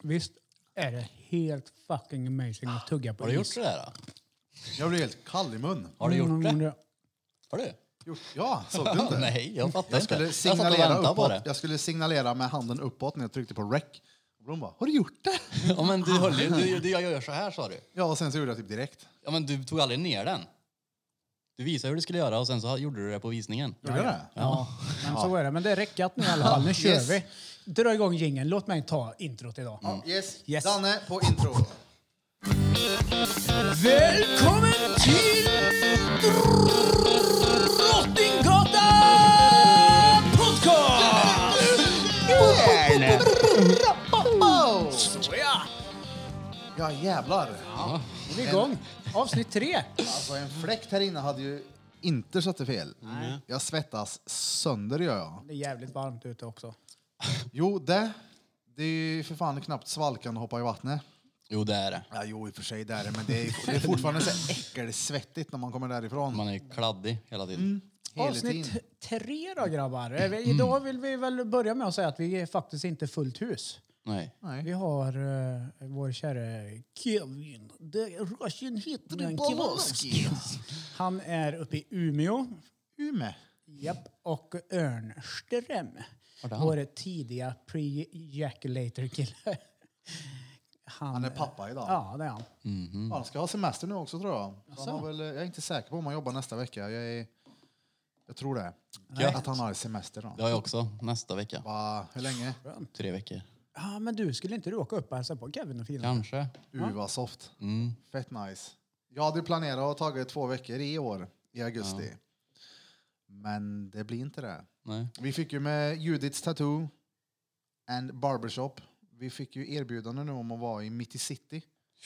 visst är det helt fucking amazing att tugga på Har du is. gjort det där då? Jag blir helt kall i mun. Har du gjort det? Har du? Ja, såg du inte? Nej, jag fattar Jag inte. skulle Jag satt och signalera väntade på det. uppåt. Jag skulle signalera med handen uppåt när jag tryckte på rec. Och de bara, har du gjort det? Ja, men du höll ju, jag gör så här, sa du. Ja, och sen så gjorde jag typ direkt. Ja, men du tog aldrig ner den. Du visade hur du skulle göra och sen så gjorde du det på visningen. Gjorde jag det? Ja, men så är det. Men det är räckat nu i alla fall. Nu kör Yes. vi. Dra igång jingeln. Låt mig ta introt idag. Yes. Danne på intro. Välkommen till Drottninggatan Podcast! Såja! Ja, jävlar. Nu är vi igång. Avsnitt 3. Alltså en fläkt här inne hade ju inte suttit fel. Jag svettas sönder, gör jag. Det är jävligt varmt ute också. Jo, det är ju för fan knappt svalkande att hoppa i vattnet. Jo, det är det. Ja, jo, i och för sig det är det. Men det är fortfarande så äckelsvettigt när man kommer därifrån. Man är kladdig hela tiden. Hela Avsnitt tiden. 3 då, grabbar. Idag vill vi väl börja med att säga att vi är faktiskt inte fullt hus. Nej. Vi har vår kära Kevin. Russian Hitler Kowalski. Han är uppe i Umeå. Japp. Och Örnström. Vår tidiga pre-ejaculator-kille. Han är pappa idag. Ja, det är han. Han ska ha semester nu också, tror jag. Han har väl, jag är inte säker på om han jobbar nästa vecka. Jag tror det. Att han har semester då. Det har jag också nästa vecka. Va, hur länge? 3 veckor. Ja, men du skulle inte åka upp och hälsa på Kevin och Fina? Kanske. Vad soft. Fett nice. Jag hade planerat att ta 2 veckor i år, i augusti. Ja. Men det blir inte det. Nej. Vi fick ju med Judiths Tattoo and Barbershop. Vi fick ju erbjudande nu om att vara i Mitt i City.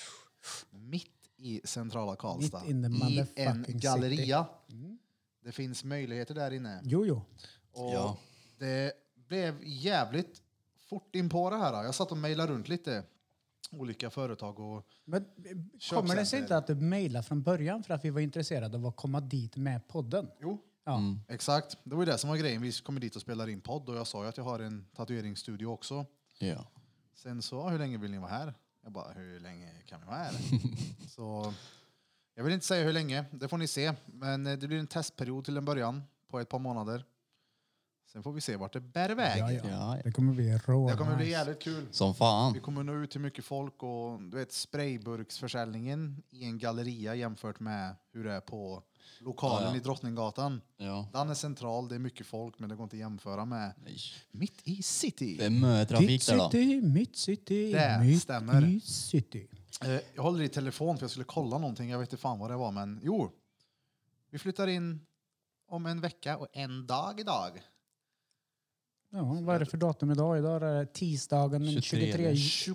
Mitt i centrala Karlstad. Mitt in the I en motherfucking galleria. Det finns möjligheter där inne. Jo. Och det blev jävligt fort in på det här. Jag satt och mejlade runt lite olika företag och men kommer det sig inte att du mejlade från början för att vi var intresserade av att komma dit med podden? Jo, ja. Exakt. Det var ju det som var grejen. Vi kommer dit och spelar in podd och jag sa ju att jag har en tatueringsstudio också. Ja. Sen så, hur länge vill ni vara här? Jag bara, hur länge kan vi vara här? Så jag vill inte säga hur länge, det får ni se. Men det blir en testperiod till en början på ett par månader. Sen får vi se vart det bär iväg. Ja. Det kommer bli råd. Det kommer bli jävligt kul. Som fan. Vi kommer nå ut till mycket folk och du vet sprayburksförsäljningen i en galleria jämfört med hur det är på lokalen i Drottninggatan. Ja. Den är central, det är mycket folk men det går inte att jämföra med Mitt i City. Det är mycket trafik där då. Mitt city, Det mitt stämmer. i city. Jag håller i telefon för jag skulle kolla någonting. Jag vet inte fan vad det var men jo. Vi flyttar in om en vecka och en dag idag. Ja, vad är det för datum idag? Idag är det tisdagen den 23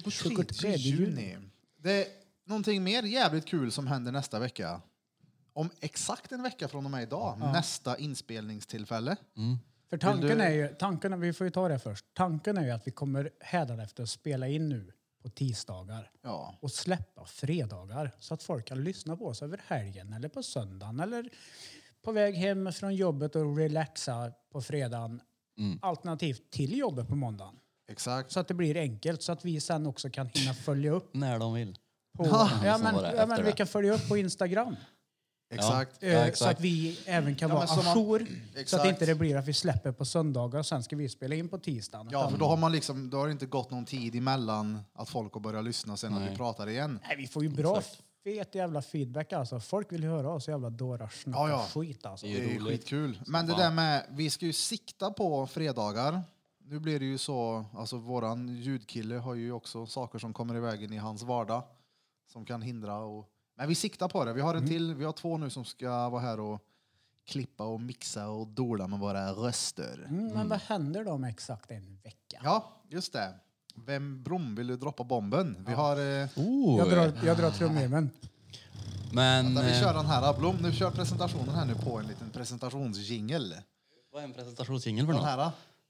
juni. Det är någonting mer jävligt kul som händer nästa vecka. Om exakt en vecka från och med idag. Nästa inspelningstillfälle. För tanken, vi får ju ta det först. Tanken är ju att vi kommer hädanefter att spela in nu på tisdagar. Ja. Och släppa fredagar. Så att folk kan lyssna på oss över helgen eller på söndagen. Eller på väg hem från jobbet och relaxa på fredagen. Alternativt till jobbet på måndagen. Exakt. Så att det blir enkelt. Så att vi sen också kan hinna följa upp. När de vill. På, men vi kan följa upp på Instagram. Exakt. Så att vi även kan vara ajour. Så att inte det blir att vi släpper på söndagar och sen ska vi spela in på tisdagen. Ja, för då har man liksom, då har det inte gått någon tid emellan att folk har börjat lyssna sen när vi pratar igen. Nej, vi får ju bra fet jävla feedback alltså. Folk vill höra oss jävla dårar snacka skit alltså. Det är skitkul. Men det där med, vi ska ju sikta på fredagar. Nu blir det ju så, alltså våran ljudkille har ju också saker som kommer i vägen i hans vardag. Som kan hindra och... Men vi siktar på det. Vi har en till, vi har 2 nu som ska vara här och klippa och mixa och dola med våra röster. Men vad händer då om exakt en vecka? Ja, just det. Vem vill du droppa bomben? Vi har... Jag drar trumvirveln. Men... Vi kör den här. Blom, nu kör presentationen här nu på en liten presentationsjingel. Vad är en presentationsjingel för Den något? här.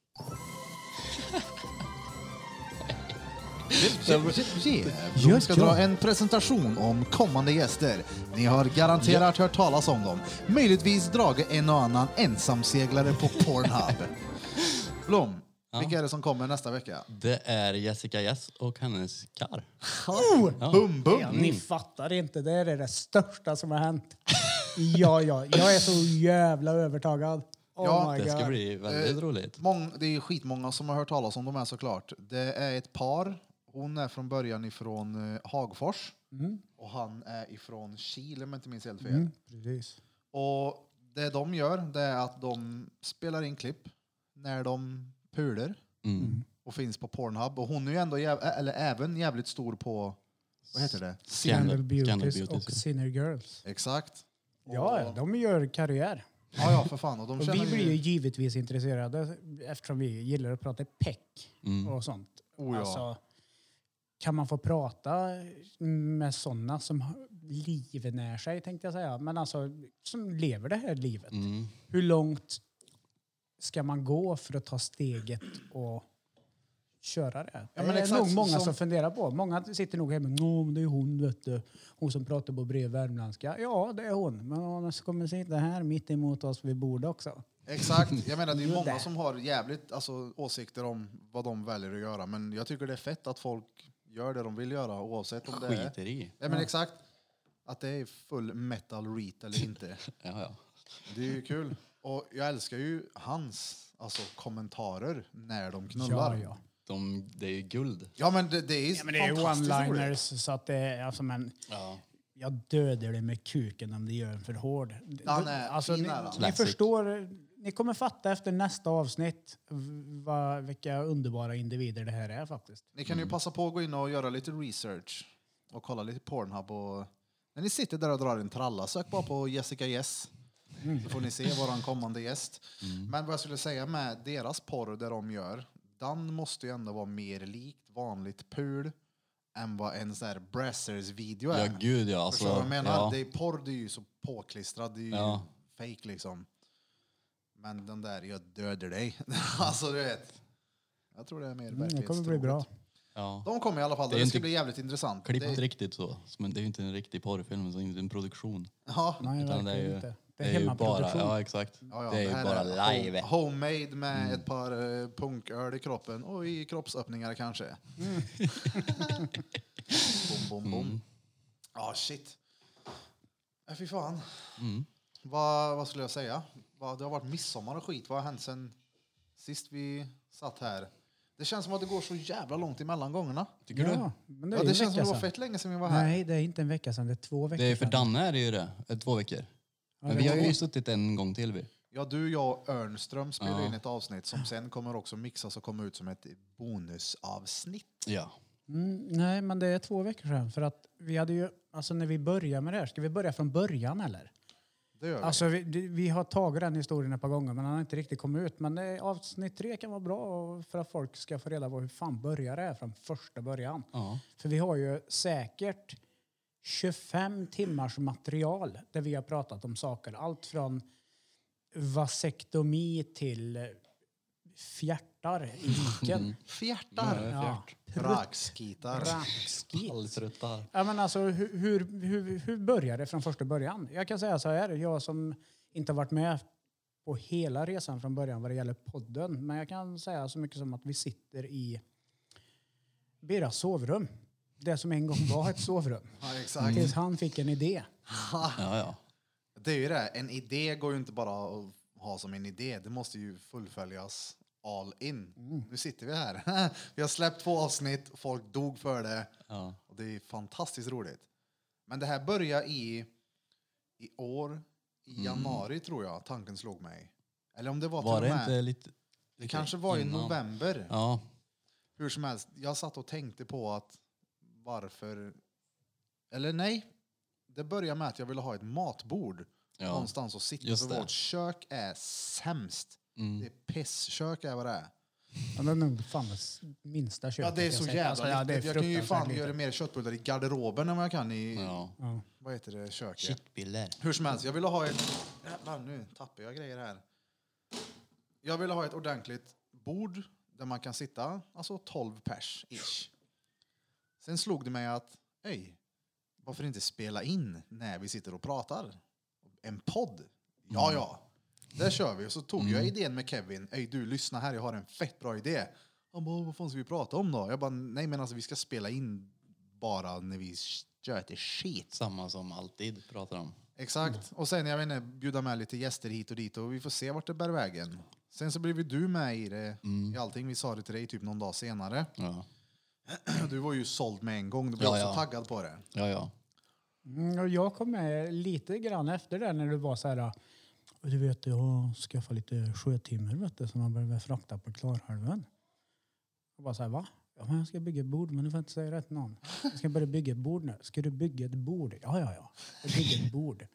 Blom ska dra en presentation om kommande gäster. Ni har garanterat hört talas om dem. Möjligtvis dragit en och annan ensamseglare på Pornhub. Blom, Vilka är det som kommer nästa vecka? Det är Jessica Jess och hennes kar. Bum, bum. Ja, ni fattar inte, det är det största som har hänt. Ja, jag är så jävla övertagad. Ja, my Det ska God. bli väldigt roligt. Det är ju skitmånga som har hört talas om de här såklart. Det är ett par. Hon är från början ifrån Hagfors. Och han är ifrån Chile, om jag inte minns helt fel. Precis. Och det de gör, det är att de spelar in klipp när de puler. Och finns på Pornhub. Och hon är ju ändå även jävligt stor på, vad heter det? Scandal Beauties Beauties, och Sinner Girls. Exakt. Ja, de gör karriär. Ja, för fan. Och de Och känner vi blir ju givetvis intresserade eftersom vi gillar att prata peck och sånt. Oh, ja. Alltså, kan man få prata med sådana som livnär sig, tänkte jag säga. Men alltså, som lever det här livet. Hur långt ska man gå för att ta steget och köra det? Ja, Det men är exakt nog många som- som funderar på. Många sitter nog hemma och det är hon, vet du. Hon som pratar på brev värmländska. Ja, det är hon. Men hon kommer sitta här mitt emot oss vid bordet också. Exakt. Jag menar, det är Jo, många det. som har jävligt åsikter om vad de väljer att göra. Men jag tycker det är fett att folk gör det de vill göra oavsett om det är... Skiter i. Ja, men exakt. Att det är full metal reet eller inte. Ja. Det är ju kul. Och jag älskar ju hans kommentarer när de knullar. Ja. Det är ju guld. Ja, men det är Ja, men det är fantastiskt roligt. one-liners så att det är alltså, men Ja. jag dödar dig med kuken om du gör en för hård. Han är Alltså, fin, ni är han. Classic. förstår, ni kommer fatta efter nästa avsnitt vilka underbara individer det här är faktiskt. Ni kan ju passa på att gå in och göra lite research och kolla lite Pornhub. Och när ni sitter där och drar en tralla, sök bara på Jessica Jess. Så får ni se våran kommande gäst. Men vad jag skulle säga med deras porr, där de gör, den måste ju ändå vara mer likt vanligt pul än vad en sån här Brassers-video är. Ja, gud ja. Förstår du vad jag Alltså, menar? ja. Det är porr, det är ju så påklistrad, det är ju Ja. fake liksom. Men den där, jag dödar dig. Alltså du vet. Jag tror det är mer Det kommer bli bra. Ja. De kommer i alla fall, Det är det inte ska bli jävligt intressant. Klippt Det, riktigt så. Men det är ju inte en riktig porrfilm, det är inte en produktion. ja, Nej, Utan verkligen det är ju, inte. det är ju bara, hemmaproduktion. ja exakt. ja, Det är ju här bara live. Homemade med ett par punköl i kroppen och i kroppsöppningar kanske. Bom, bom, bom. Ja, shit. Fy fan. Vad skulle jag säga? Det har varit midsommar och skit. Vad har hänt sen sist vi satt här? Det känns som att det går så jävla långt emellan gångerna. Tycker du? Ja, men det är Ja, ju det en känns som vecka det var sedan. fett länge sedan vi var här. Nej, det är inte en vecka sedan, det är 2 veckor Det är för sedan. Danne är det ju det. 2 veckor. Men vi har ju suttit en gång till vi. Ja, du, jag och Örnström spelade in ett avsnitt som sen kommer också mixas och komma ut som ett bonusavsnitt. Ja. Nej, men det är 2 veckor sedan. För att vi hade ju, alltså när vi började med det här, ska vi börja från början eller? Det gör vi. Alltså vi har tagit den historien ett par gånger men han har inte riktigt kommit ut. Men avsnitt 3 kan vara bra för att folk ska få reda på hur fan börjar det här från första början. Ja. För vi har ju säkert 25 timmars material där vi har pratat om saker. Allt från vasektomi till fjärtar i viken. Fjärtar. Ja. Rakskitar. Rackskit. Halvtrötta. Ja, men alltså, hur börjar det från första början? Jag kan säga så här, jag som inte har varit med på hela resan från början vad det gäller podden. Men jag kan säga så mycket som att vi sitter i Birras sovrum. Det som en gång var ett sovrum. Ja, exakt. Tills han fick en idé. Ja. Det är ju det. En idé går ju inte bara att ha som en idé. Det måste ju fullföljas all in. Nu sitter vi här. Vi har släppt 2 avsnitt. Folk dog för det. Ja. Och det är fantastiskt roligt. Men det här börjar i år. I januari tror jag tanken slog mig. Eller om det var Var till och det med. inte lite Det kanske var i innan? november. Ja. Hur som helst. Jag satt och tänkte på att varför... Eller nej. Det började med att jag ville ha ett matbord. Ja. Någonstans att sitta. Just För det. vårt kök är sämst. Det är pisskök är vad det är. Ja, det är nog fan det minsta köket. Ja, det är så jävla alltså, ja, det är litet. Jag kan ju fruktansvärt fan litet. göra mer köttbullar i garderoben än vad jag kan i... Ja. Ja. Vad heter det? Köket. Shitbiller. Hur som helst, jag ville ha ett... Jävlar, nu tappar jag grejer här. Jag ville ha ett ordentligt bord där man kan sitta, alltså 12 pers ish. Sen slog det mig att, varför inte spela in när vi sitter och pratar? En podd? Ja. Där kör vi. Och så tog jag idén med Kevin. Ey du, lyssna här, jag har en fett bra idé. Han bara, vad fan ska vi prata om då? Jag bara, nej men alltså vi ska spela in bara när vi gör ett shit. Samma som alltid pratar om. Exakt. Och sen jag vet inte, bjuda med lite gäster hit och dit och vi får se vart det bär vägen. Sen så blev du med i det, i allting. Vi sa det till dig typ någon dag senare. Ja. Du var ju såld med en gång. Du blev också taggad på det. Ja. Och jag kom med lite grann efter det när du var så här. Du vet, jag har skaffat lite sjötimmer vet du, som man behöver frakta på Klarhalvön. Jag bara så här, va? Ja, men jag ska bygga ett bord, men du får inte säga rätt någon. Jag ska börja bygga ett bord nu. Ska du bygga ett bord? Ja. Jag bygger ett bord.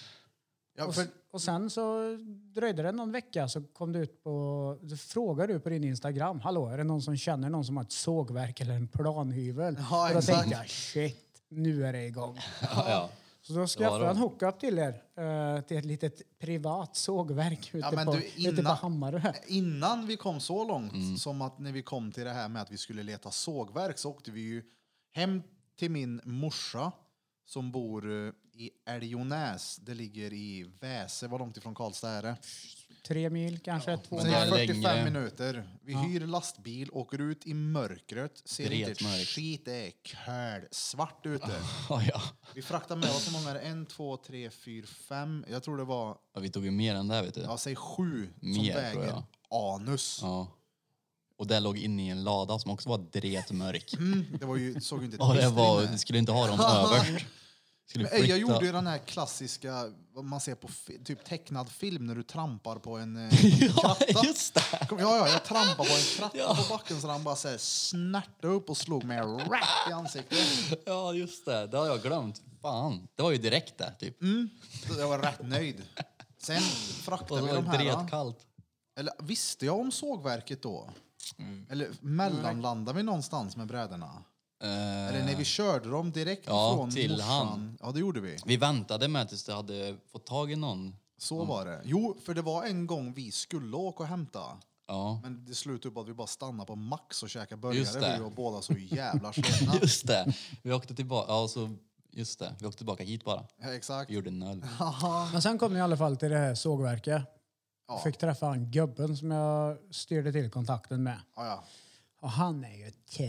Ja, Och sen så dröjde det någon vecka så kom du ut på... Så frågade du på din Instagram. Hallå, är det någon som känner någon som har ett sågverk eller en planhyvel? Ja, och då exakt. tänkte jag, shit, nu är det igång. Ja. Så då skaffade jag en hookup till er. Till ett litet privat sågverk ute på Hammarö. Innan vi kom så långt, som att när vi kom till det här med att vi skulle leta sågverk, så åkte vi ju hem till min morsa som bor i Älgonäs. Det ligger i Väse. Vad långt ifrån Karlstad är det? 3 mil kanske, 2 Sen mil. är det 45 längre. minuter. Vi hyr lastbil, åker ut i mörkret. Ser inte ett Dretmörkt. skit, det är köl, svart ute. Ja. Vi fraktar med oss, hur många är det? 1, 2, 3, 4, 5. Jag tror det var, Ja, vi tog ju mer än det här, vet du. jag säger 7 som Mer, tror väger jag. anus. Ja. Och det låg inne i en lada som också var dretmörk. Det var ju, såg ju inte ett Och piss det skulle inte ha dem överst. Skulle Men, jag flytta. gjorde ju den här klassiska, vad man ser på typ tecknad film när du trampar på en Ja, kratta. just det. Ja, jag trampade på en kratta på backen så han bara så här snärtade upp och slog mig rätt i ansiktet. Ja, just det. Det har jag glömt. Fan. Det var ju direkt det, typ. Så jag var rätt nöjd. Sen Och fraktade så vi var de det här. dretkallt. Eller visste jag om sågverket då? Eller mellanlandade vi någonstans med brädorna? Eller när vi körde dem direkt från till morsan. han. Ja, det gjorde vi. Vi väntade med tills du hade fått tag i någon. Så var det. Jo, för det var en gång vi skulle åka och hämta. Ja, Men det slutade på att vi bara stannade på Max och käkade Just burgare. det. Vi var båda så jävla slitna. just det. Vi åkte tillbaka. Ja, så, just det. Vi åkte tillbaka hit bara. Ja, exakt. Vi gjorde 0. Men sen kom jag i alla fall till det här sågverket. Ja. Fick träffa en gubben som jag styrde till kontakten med. Ja. Och han är ju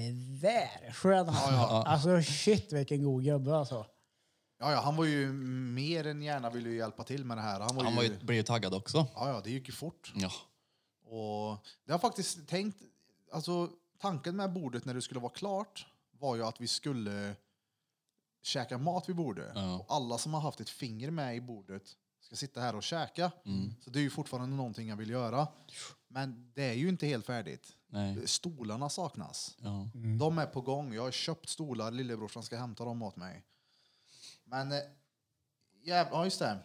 tvärskön. Alltså shit vilken god gubbe alltså. Ja, han var ju mer än gärna ville ju hjälpa till med det här. Han blev ju taggad också. Ja, det gick ju fort. Ja. Och det har faktiskt tänkt, alltså tanken med bordet när det skulle vara klart var ju att vi skulle käka mat vid bordet. Ja. Och alla som har haft ett finger med i bordet ska sitta här och käka. Så det är ju fortfarande någonting jag vill göra. Men det är ju inte helt färdigt. Nej. Stolarna saknas. Ja. De är på gång. Jag har köpt stolar. Lillebrorsan ska hämta dem åt mig. Men ja, just det.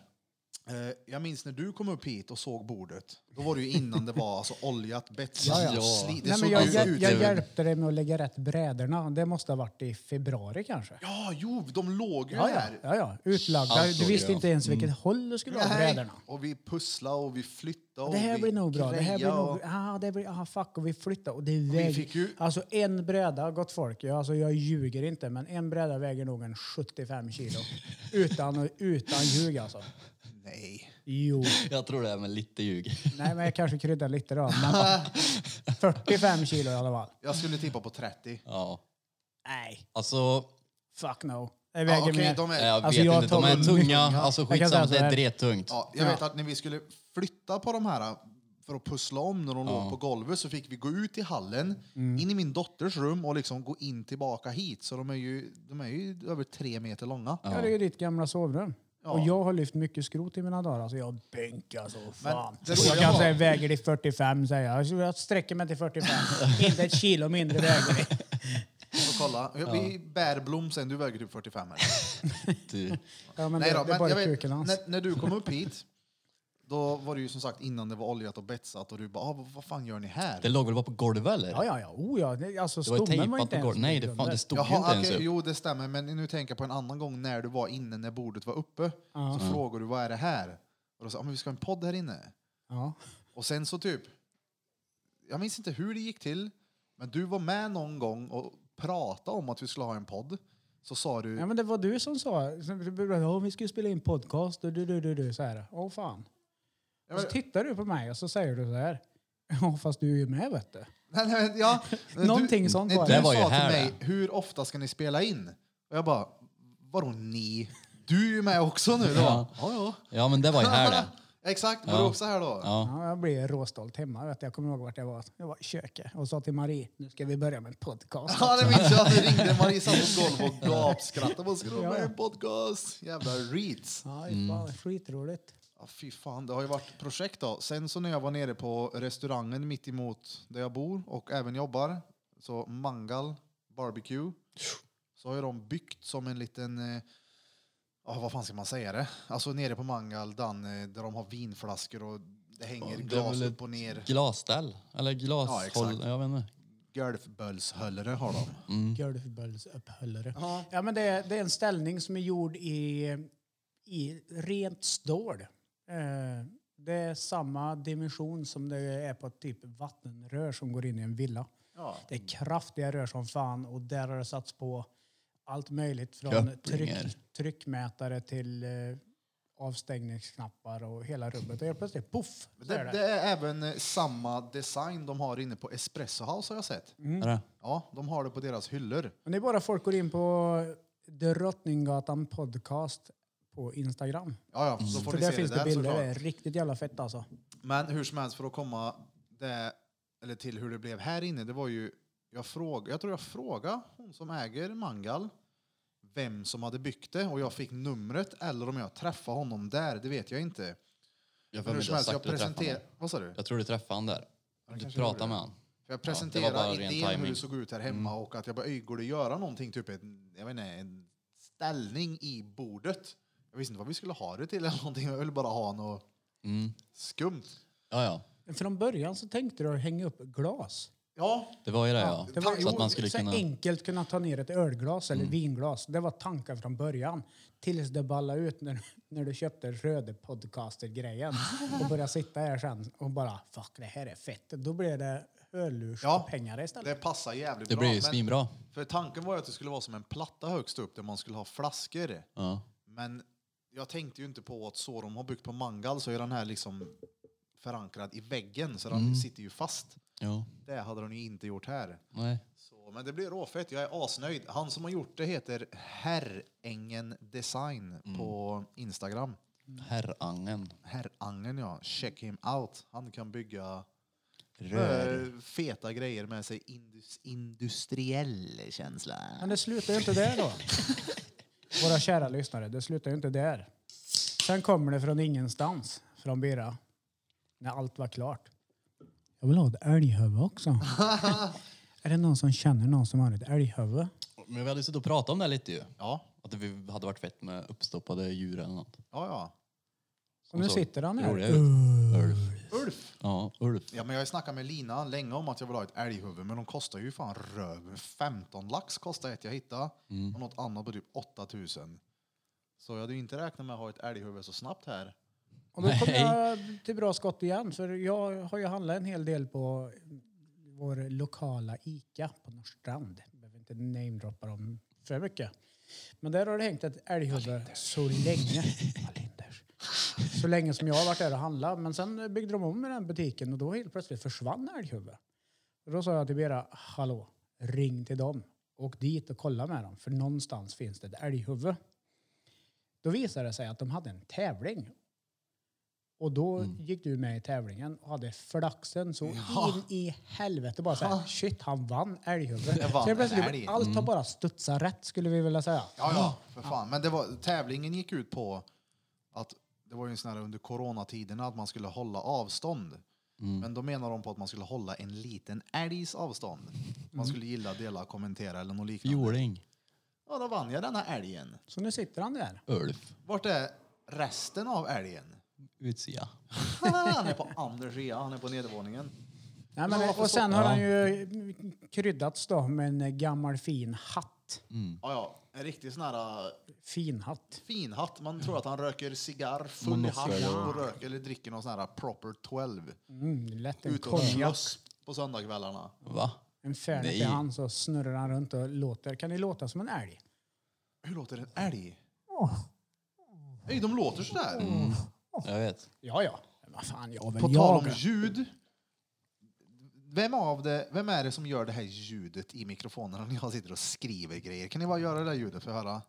Jag minns när du kom upp hit och såg bordet. Då var det ju innan det var alltså oljat, betsat. Ja. Det Nej, såg men jag ut. hjälpte dig med att lägga rätt brädorna. Det måste ha varit i februari kanske. Ja, jo, de låg ju Ja, här. ja. Utlagda. Allt Du såg visste jag. inte ens vilket håll du skulle ha brädorna. Och vi pusslade och vi flyttade. Och Det här vi blir nog bra. Det här blir grejade nog... fuck. Och vi flyttar. Och det är vi fick ju... Alltså en bräda, gott folk. Jag ljuger inte. Men en bräda väger nog en 75 kilo. utan ljug alltså. Nej. Jo. Jag tror det är med lite ljug. Nej, men jag kanske kryddar lite då. Men 45 kilo i alla fall. Jag skulle tippa på 30. Ja. Nej, Alltså, fuck no. Det väger okej, mer. de är... jag Alltså, vet jag inte. De tar är tunga. mycket. Alltså Jag kan skitsamma, säga det så är här. drettungt. Ja, jag vet att när vi skulle flytta på de här för att pussla om när de låg på golvet så fick vi gå ut i hallen, in i min dotters rum och liksom gå in tillbaka hit. Så de är ju över 3 meter långa. Ja, det är ju ditt gamla sovrum. Ja. Och jag har lyft mycket skrot i mina dagar. Alltså jag bänkar så fan. det Och roliga jag kan var- säga väger det 45 säger jag. Så jag sträcker mig till 45. Inte ett kilo mindre väger det. Och kolla. Vi bär Blom sen, du väger typ 45 eller? Du. Ja, men Nej det då, är men bara jag kuken vet, hans. när du kom upp hit, då var det ju som sagt innan det var oljat och betsat och du bara, vad fan gör ni här? Det låg väl bara på golvet eller? Ja. Alltså Det var stommen var tejpat inte på ens golvet. Nej, mitt det under. stod ju Jaha, inte ens okej, upp. jo det stämmer, men nu tänker jag på en annan gång när du var inne när bordet var uppe. Så frågade du, vad är det här? Och då sa men vi ska ha en podd här inne. Ja. Och sen så typ, jag minns inte hur det gick till, men du var med någon gång och pratade om att vi skulle ha en podd. Så sa du, Ja, men det var du som sa, vi skulle spela in podcast och du så här. Åh fan. Och så tittar du på mig och så säger du så här. Ja, fast du är ju med, vet du. Ja, Någonting sånt var du det. var ju sa till här, mig, hur ofta ska ni spela in? Och jag bara, vadå ni? Du är ju med också nu då. Ja. Ja, men det var ju här det. Exakt, var du också här då? Ja, jag blev råstolt hemma. Vet du. Jag kommer ihåg vart jag var. Jag var i köket och sa till Marie, nu ska vi börja med en podcast. Ja, det minns jag att du ringde. Marie satt på golvet och gapskrattade. Vad ska du med en podcast? Jävla reats. Ja, det var skitroligt. Ja, fy fan, det har ju varit projekt då. Sen så när jag var nere på restaurangen mitt emot där jag bor och även jobbar, så Mangal Barbecue, så har ju de byggt som en liten, vad fan ska man säga det? Alltså nere på Mangal, där de har vinflaskor och det hänger glas upp och ner. Glasställ, eller glashåll, exakt. jag vet inte. Golfböljshöllare har de. Golfböljsupphöllare. Ja, men det är en ställning som är gjord i rent stål. Det är samma dimension som det är på ett typ vattenrör som går in i en villa. Ja. Det är kraftiga rör som fan och där har det satts på allt möjligt från Kopplingar. tryckmätare till avstängningsknappar och hela rubbet. Och helt plötsligt, poff! Det är även samma design de har inne på Espresso House har jag sett. Är det? Ja, de har det på deras hyllor. Men det är bara folk går in på Drottninggatan podcast på Instagram. Ja, så får För ni där se finns det det där bilder. såklart. Det är riktigt jävla fett alltså. Men hur som helst för att komma till hur det blev här inne, det var ju jag tror jag frågade hon som äger Mangal vem som hade byggt det och jag fick numret eller om jag träffade honom där, det vet jag inte. Jag Men hur som helst, jag presenterade, vad sa du? Jag tror du träffade han där. Du kanske pratade gjorde med han. För jag det var presenterade bara ren idén hur timing. det såg ut här hemma och att jag bara, går det göra någonting, typ en ställning i bordet. Jag visste inte vad vi skulle ha det till eller någonting, jag ville bara ha något skumt. Ja. Från början så tänkte du att hänga upp glas. Ja, Det var ju det, ja. Det var Så att man skulle så kunna... enkelt kunna ta ner ett ölglas eller vinglas. Det var tankar från början. Tills det ballade ut när du köpte Röde Podcaster-grejen. Och började sitta här sen och bara, fuck det här är fett. Då blev det hörlurs och pengar istället. det passar jävligt Det bra. blir ju svinbra. För tanken var ju att det skulle vara som en platta högst upp där man skulle ha flaskor. Ja. Men jag tänkte ju inte på att så de har byggt på Mangal så är den här liksom förankrad i väggen så den sitter ju fast. Ja. Det hade de ju inte gjort här. Nej. Så, men det blir råfett. Jag är asnöjd. Han som har gjort det heter Herrängen Design på Instagram. Herrangen. Herrangen, ja. Check him out. Han kan bygga feta grejer med sig industriell känsla. Men det slutar ju inte där då. Våra kära lyssnare, det slutar ju inte där. Sen kommer det från ingenstans, från Birra. När allt var klart. Jag vill ha ett älghuvud också. Är det någon som känner någon som har ett älghuvud? Men vi hade suttit och pratat om det lite ju. Ja, Att det hade varit fett med uppstoppade djur eller något. ja. Och nu så sitter han här. roliga ut. Ulf. Ulf. Ja, Ulf. Ja, men jag har snackat med Lina länge om att jag vill ha ett älghuvud, men de kostar ju fan röv. 15 lax kostar ett jag hittade och något annat på typ 8000. Så jag hade ju inte räknat med att ha ett älghuvud så snabbt här. Och då kommer jag till bra skott igen. För jag har ju handlat en hel del på vår lokala Ica på Norrstrand. Jag behöver inte namedroppa dem för mycket. Men där har det hängt ett älghuvud så länge. Så länge som jag har varit där och handlat. Men sen byggde de om i den butiken och då helt plötsligt försvann älghuvud. Och då sa jag till Bera, hallå, ring till dem. Åk dit och kolla med dem. För någonstans finns det ett älghuvud. Då visade det sig att de hade en tävling. Och då gick du med i tävlingen och hade flaxen så in i helvete. Bara så här, shit, han vann älghuvud. Jag vann Så plötsligt, älg. allt har bara studsat rätt skulle vi vilja säga. Ja, för fan. Men tävlingen gick ut på att det var ju en sån här under coronatiderna att man skulle hålla avstånd. Men då menar de på att man skulle hålla en liten älgs avstånd. Man skulle gilla, dela, kommentera eller något liknande. Fjoling. Ja, då vann jag denna älgen. Så nu sitter han där. Ulf. Vart är resten av älgen? Utsida. Han är på andra sidan, han är på nedervåningen. Nej, men, och sen har han ju kryddats då med en gammal fin hatt. Ja, en riktig sån här Fin hatt. fin hatt. Man tror att han röker cigarr full i hatt och röker eller dricker någon sån här proper 12. Lätt en Ut och konjak. slåss på söndagskvällarna. Va? En Fernet Nej. i hand så snurrar han runt och låter. Kan ni låta som en älg? Hur låter en älg? Nej, de låter sådär. Jag vet. Ja. Vad fan, jag vill På tal om jaga. ljud. Vem är det som gör det här ljudet i mikrofonen när jag sitter och skriver grejer? Kan ni bara göra det där ljudet för att höra?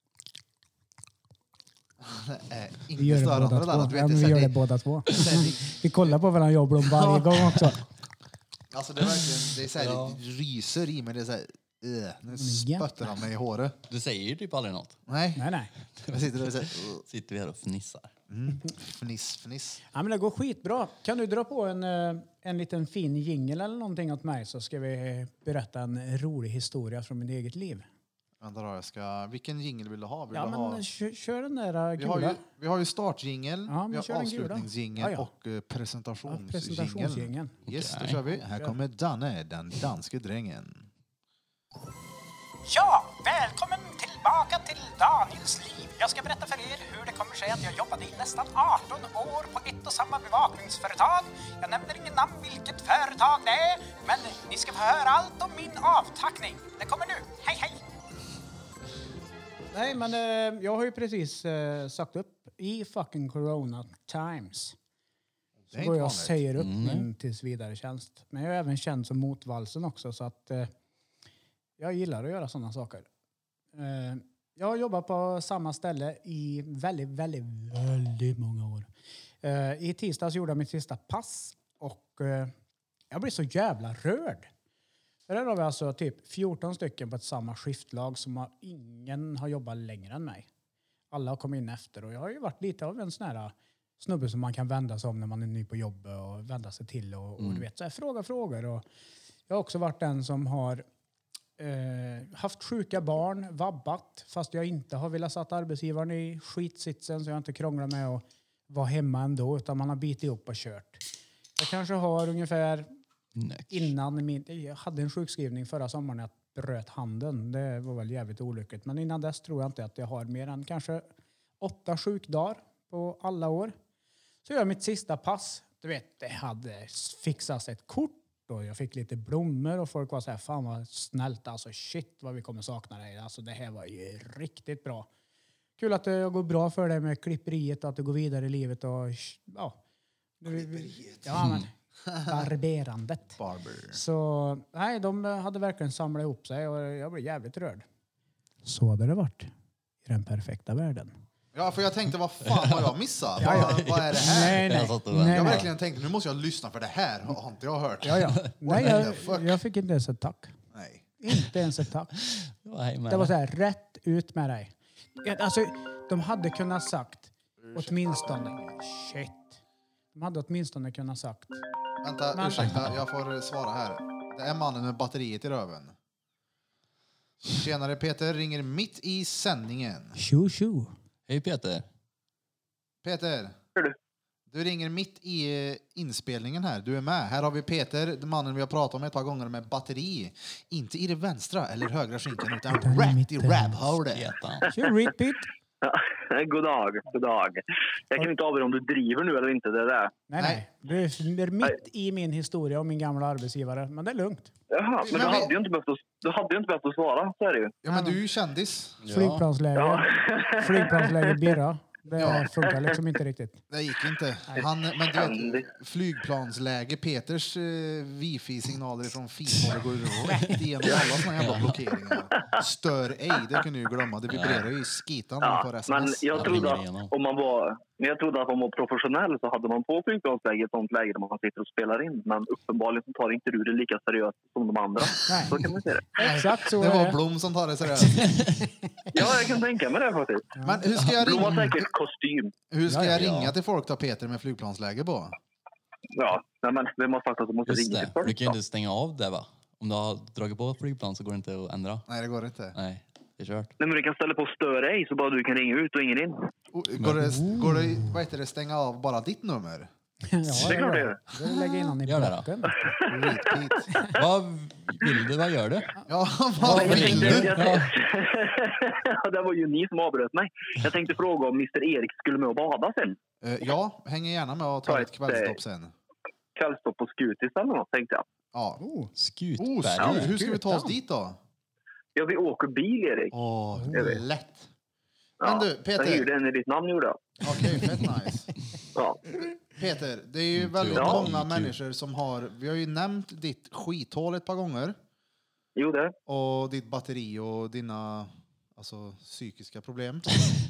Det är Vi gör inte det båda störande det där. två. Du Ja, vet, men det, vi är gör så det båda två. det, Vi kollar på varandra jag Blom varje gång också. alltså det är verkligen, det är så här, det ryser i mig. Det är så här, nu spötter han mig i håret. Du säger typ aldrig något. Nej, Nej. jag sitter och säger Sitter vi här och fnissar. fniss. Ja, men det går skitbra. Kan du dra på en liten fin jingle eller någonting åt mig så ska vi berätta en rolig historia från mitt eget liv. Vänta då, vilken jingle vill du ha? Vill Ja, du ha? men kör den där Vi har gula. ju, vi har ju startjingel, Ja, men vi kör har den gula. avslutningsjingel Ja, ja. och presentationsjingel. Presentationsjingeln. Yes, då Okej. kör vi. Här kommer Danne, den danske drängen. Ja, välkommen tillbaka till Daniels liv. Jag ska berätta för er hur det kommer sig att jag jobbade i nästan 18 år på ett och samma bevakningsföretag. Jag nämner ingen namn vilket företag det är, men ni ska få höra allt om min avtackning. Det kommer nu. Hej, hej! Nej, men jag har ju precis sagt upp i fucking corona times. Det är Så går inte jag och vanligt. säger upp min tillsvidaretjänst. Men jag är även känd som motvalsen också, så att jag gillar att göra sådana saker. Jag har jobbat på samma ställe i väldigt många år. I tisdags gjorde jag mitt sista pass och jag blev så jävla rörd. För där har vi alltså typ 14 stycken på ett samma skiftlag som ingen har jobbat längre än mig. Alla har kommit in efter och jag har ju varit lite av en sån här snubbe som man kan vända sig om när man är ny på jobbet och vända sig till och du vet så här, frågor. Och jag har också varit den som har haft sjuka barn, vabbat, fast jag inte har velat satt arbetsgivaren i skitsitsen så jag inte krånglar med att vara hemma ändå utan man har bitit ihop och kört. Jag kanske har ungefär jag hade en sjukskrivning förra sommaren när jag bröt handen. Det var väl jävligt olyckligt. Men innan dess tror jag inte att jag har mer än kanske 8 sjukdagar på alla år. Så jag mitt sista pass. Du vet, det hade fixats ett kort och jag fick lite blommor och folk var så här, fan vad snällt. Alltså shit vad vi kommer sakna dig. Alltså det här var ju riktigt bra. Kul att det går bra för dig med klipperiet och att du går vidare i livet och ja. Klipperiet. Ja, men barberandet. Barber. Så nej, de hade verkligen samlat ihop sig och jag blev jävligt rörd. Så hade det varit i den perfekta världen. Ja, för jag tänkte, vad fan har jag missat? Ja. Vad är det här? Nej. Jag verkligen tänkte, nu måste jag lyssna för det här har inte jag hört. Ja. Nej, What the fuck? jag fick inte ens ett tack. Nej. Inte ens ett tack. Det var så här, rätt ut med dig. Alltså, de hade kunnat sagt åtminstone, shit. De hade åtminstone kunnat sagt. Vänta, ursäkta, jag får svara här. Det är mannen med batteriet i röven. Tjenare, Peter ringer mitt i sändningen. Tjo. Hej Peter. Peter, du ringer mitt i inspelningen här. Du är med. Här har vi Peter, mannen vi har pratat om ett par gånger med batteri. Inte i det vänstra eller högra skinkan utan rätt i rap-hålet. Tjo, repeat. God dag. Jag kan inte avgöra om du driver nu eller inte. Det där. Nej. Du är mitt i min historia om min gamla arbetsgivare. Men det är lugnt. Jaha, men du hade ju inte behövt att svara. Så är det ju. Ja, men du är ju kändis. Flygplansläge birra. Det funkar liksom inte riktigt. Det gick inte. Men du vet, flygplansläge, Peters wifi-signaler från finhållet går rätt igenom alla såna jävla blockeringar. Stör ej, det kan du ju glömma. Det vibrerar ju i skitan när man får Men sms. jag trodde att om man var professionell så hade man på flygplansläge ett sånt läge där man sitter och spelar in. Men uppenbarligen så tar inte du det lika seriöst som de andra. Nej. Så kan man säga det. Exakt så Det är var det. Blom som tar det seriöst. Ja, jag kan tänka mig det faktiskt. Men hur ska jag Blom har ringa, säkert kostym. ringa till folk då, Peter, med flygplansläge på? Ja, nej, men vem har sagt att de måste Just ringa det. till folk? Du kan ju inte stänga av det va? Om du har dragit på flygplan så går det inte att ändra. Nej, det går inte. Nej, det är kört. Nej, men du kan ställa på stör ej så bara du kan ringa ut och ingen in. Går det vad heter det, stänga av bara ditt nummer? Ja, Det är klart det är. Du lägger in honom i Gör det då. blocken. Repeat. Vad vill du? Vad gör du? Ja, vad vill du? Det var ju ni som avbröt mig. Jag tänkte fråga om Mr. Erik skulle med och bada sen. Ja, hänger gärna med och tar ett kvällstopp sen. Kvällstopp på Skutis eller något, tänkte jag. Ja. Skutberg. Hur ska vi ta oss dit då? Ja, vi åker bil, Erik. Lätt. Ja, Men du, jag Peter. hyrde en i ditt namn, gjorde jag. Okej, fett nice. Ja. Peter, det är ju väldigt många människor som har... Vi har ju nämnt ditt skithål ett par gånger. Jo, det. Och ditt batteri och dina psykiska problem.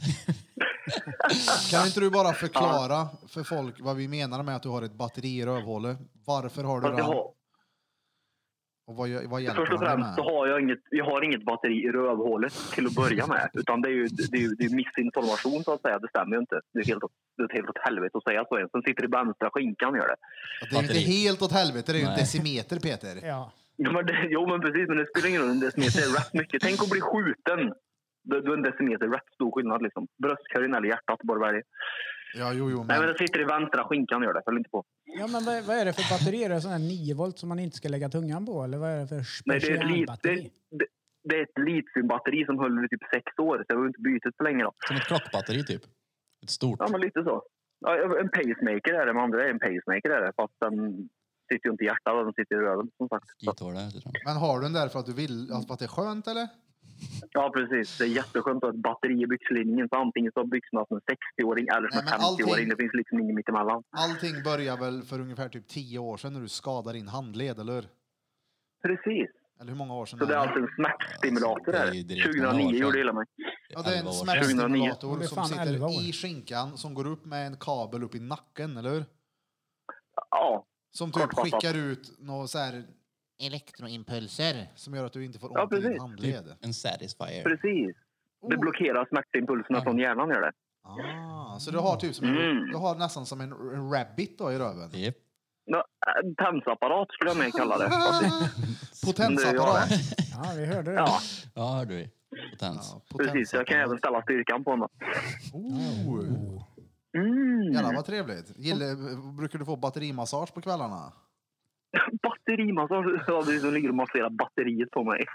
Kan inte du bara förklara för folk vad vi menar med att du har ett batteri i rövhålet? Varför har du det? Och vad hjälper först och främst så har jag har inget batteri i rövhålet till att börja med. Utan det är ju missinformation så att säga. Det stämmer ju inte. Det är helt åt helvete att säga så. En som sitter i vänstra skinkan gör det. Det är inte helt åt helvete. Det är ju en decimeter, Peter. Ja. Men precis. Men det spelar ingen roll. En decimeter är rätt mycket. Tänk att bli skjuten. Då är en decimeter rätt stor skillnad liksom. Bröstkorgen eller hjärtat bara varje. Ja, jo, men... Nej, men det sitter i vänstra skinkan gör det. Följ inte på. Ja, men vad är det för batteri? Är det sån här 9 volt som man inte ska lägga tungan på? Eller vad är det för specialbatteri? Det är ett litiumbatteri som höll i typ 6 år. Så jag har inte bytt för länge då. Som ett klockbatteri typ? Ett stort? Ja, men lite så. Ja, en pacemaker är det. Men andra är en pacemaker är det. Fast den sitter ju inte i hjärtat och den sitter i röven som sagt. Men har du den där för att du vill, alltså, att det är skönt eller? Ja, precis. Det är jätteskönt att ha ett batteri i byxlinjen. Så antingen så har byxorna som en 60-åring eller som en 50-åring. Det finns liksom inget mittemellan. Allting börjar väl för ungefär typ 10 år sedan när du skadade din handled, eller? Precis. Eller hur många år sedan? Så det är alltså en smärtstimulator där. 2009 gjorde det illa mig. Ja, det är en smärtstimulator som sitter i skinkan som går upp med en kabel upp i nacken, eller hur? Ja. Som typ skickar ut något så här elektroimpulser som gör att du inte får ont i din handled. En satisfier. Precis. Det blockerar smärtimpulserna från hjärnan gör det. Så du har typ som du har nästan som en rabbit då i röven. Yep. En tensapparat skulle jag mer kalla det. Potensapparat. Ja, vi hörde det. Ja, hörde vi. Potens. Ja, precis, jag kan även ställa styrkan på den. Jävlar vad trevligt. Brukar du få batterimassage på kvällarna? Batterimassage? Ja, det är så ligger och masserar batteriet på mig.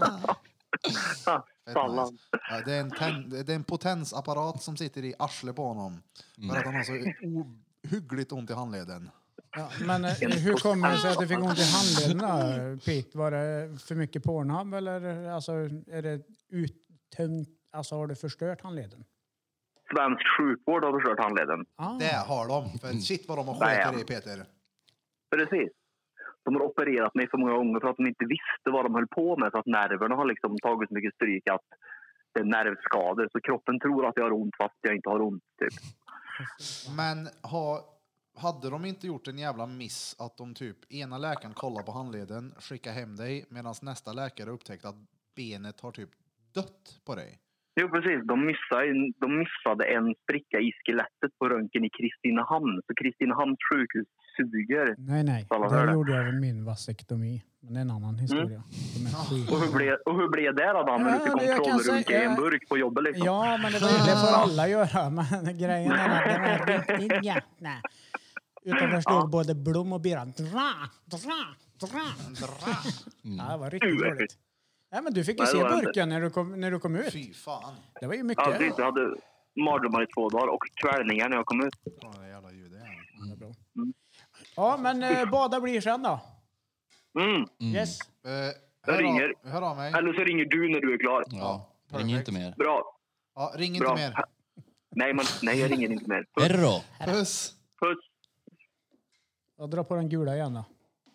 Sallad. Ja, det är en potensapparat som sitter i arslet på honom. För att han har så ohyggligt ont i handleden. Ja, men hur kommer det sig att du fick ont i handleden, Pete? Var det för mycket Pornhub eller alltså, är det uttömt? Alltså har du förstört handleden? Svensk sjukvård har förstört handleden. Det har de. För shit vad de har skjutit i, Peter. Precis. De har opererat mig så många gånger för att de inte visste vad de höll på med. Så att nerverna har liksom tagit så mycket stryk att det är nervskador. Så kroppen tror att jag har ont fast jag inte har ont. Typ. Men hade de inte gjort en jävla miss att de typ ena läkaren kollar på handleden, skickar hem dig medan nästa läkare upptäckte att benet har typ dött på dig? Jo, precis. De missade en spricka i skelettet på röntgen i Kristinehamn. Så Kristinehamns sjukhus suger. Nej. Det gjorde jag med min vasektomi. Men det är en annan historia. Och hur blev det då, när du fick kontrollrunk i en burk på jobbet? Liksom? Ja, men det får alla göra. Men grejen är att det var riktigt jäkla. Utan där stod både Blom och Birra. Dra. Ja, det var riktigt roligt. Nej, men du fick ju se burken när du kom ut. Fy fan. Det var ju mycket. Ja, jag hade mardrömmar i 2 dagar och kvällningar när jag kom ut. Ja, men bada blir sen då. Yes. Jag ringer. Hör av mig. Eller så ringer du när du är klar. Ja, ring inte mer. Bra. Ja, ring inte mer. Nej, jag ringer inte mer. Puss. Jag drar på den gula igen då.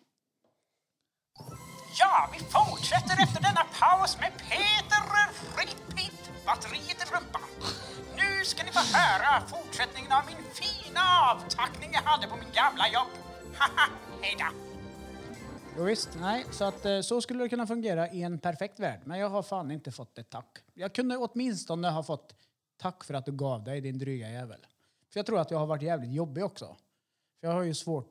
Ja, vi fortsätter efter denna paus med Peter Repeat, batteriet i rumpan. Nu ska ni få höra fortsättningen av min fina avtackning jag hade på min gamla jobb. Haha, hejdå. Jo, visst, nej, så att så skulle det kunna fungera i en perfekt värld. Men jag har fan inte fått ett tack. Jag kunde åtminstone ha fått tack för att du gav dig, din dryga jävel. För jag tror att jag har varit jävligt jobbig också. För jag har ju svårt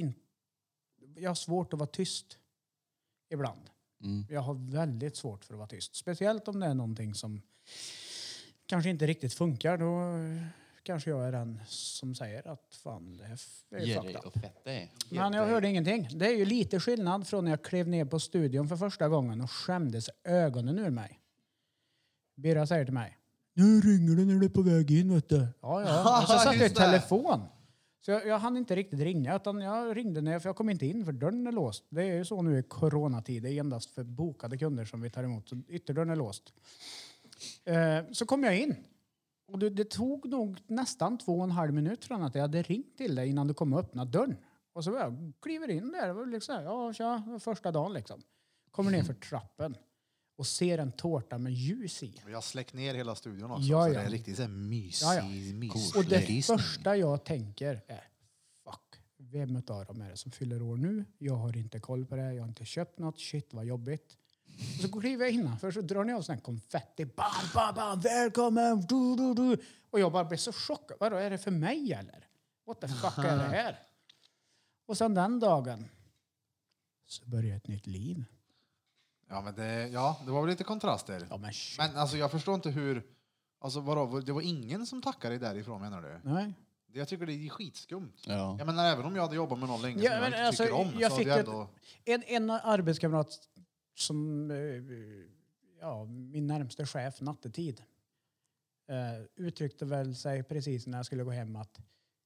att vara tyst. Ibland. Jag har väldigt svårt för att vara tyst. Speciellt om det är någonting som kanske inte riktigt funkar. Då kanske jag är den som säger att fan, det är fakta. Men jag hörde ingenting. Det är ju lite skillnad från när jag klev ner på studion för första gången och skämdes ögonen ur mig. Birra säger till mig: nu ringer du när du är på väg in, vet du. Ja. Och så satt jag i telefon. Så jag hann inte riktigt ringa, utan jag ringde ner för jag kom inte in för dörren är låst. Det är ju så nu i coronatid. Det är endast för bokade kunder som vi tar emot. Så ytterdörren är låst. Så kom jag in. Och det tog nog nästan 2,5 minuter från att jag hade ringt till dig innan du kom och öppnade dörren. Och så jag kliver in där. Det var liksom, ja, tja, första dagen liksom. Kommer ner för trappen och ser en tårta med ljus i. Vi har släckt ner hela studion också. Ja, Så ja. det är riktigt så här mysig, Ja, ja. mysig. Och det första jag tänker är, fuck, vem av dem är det som fyller år nu? Jag har inte koll på det, jag har inte köpt något, shit vad jobbigt. Och så kliver jag innanför så drar ni av sån här konfetti, bam, bam, bam, välkommen, du, du, du. Och jag bara blir så chockad, vadå, är det för mig eller? What the fuck är det här? Och sen den dagen så börjar ett nytt liv. Ja, men det var väl lite kontraster. Ja, men shit. Men alltså jag förstår inte hur... Alltså vadå, det var ingen som tackade dig därifrån menar du? Nej. Jag tycker det är skitskumt. Ja. Jag menar även om jag hade jobbat med någon länge Ja, som jag men inte tycker alltså, om. jag så fick hade jag ändå... en arbetskamrat som min närmsta chef nattetid uttryckte väl sig precis när jag skulle gå hem att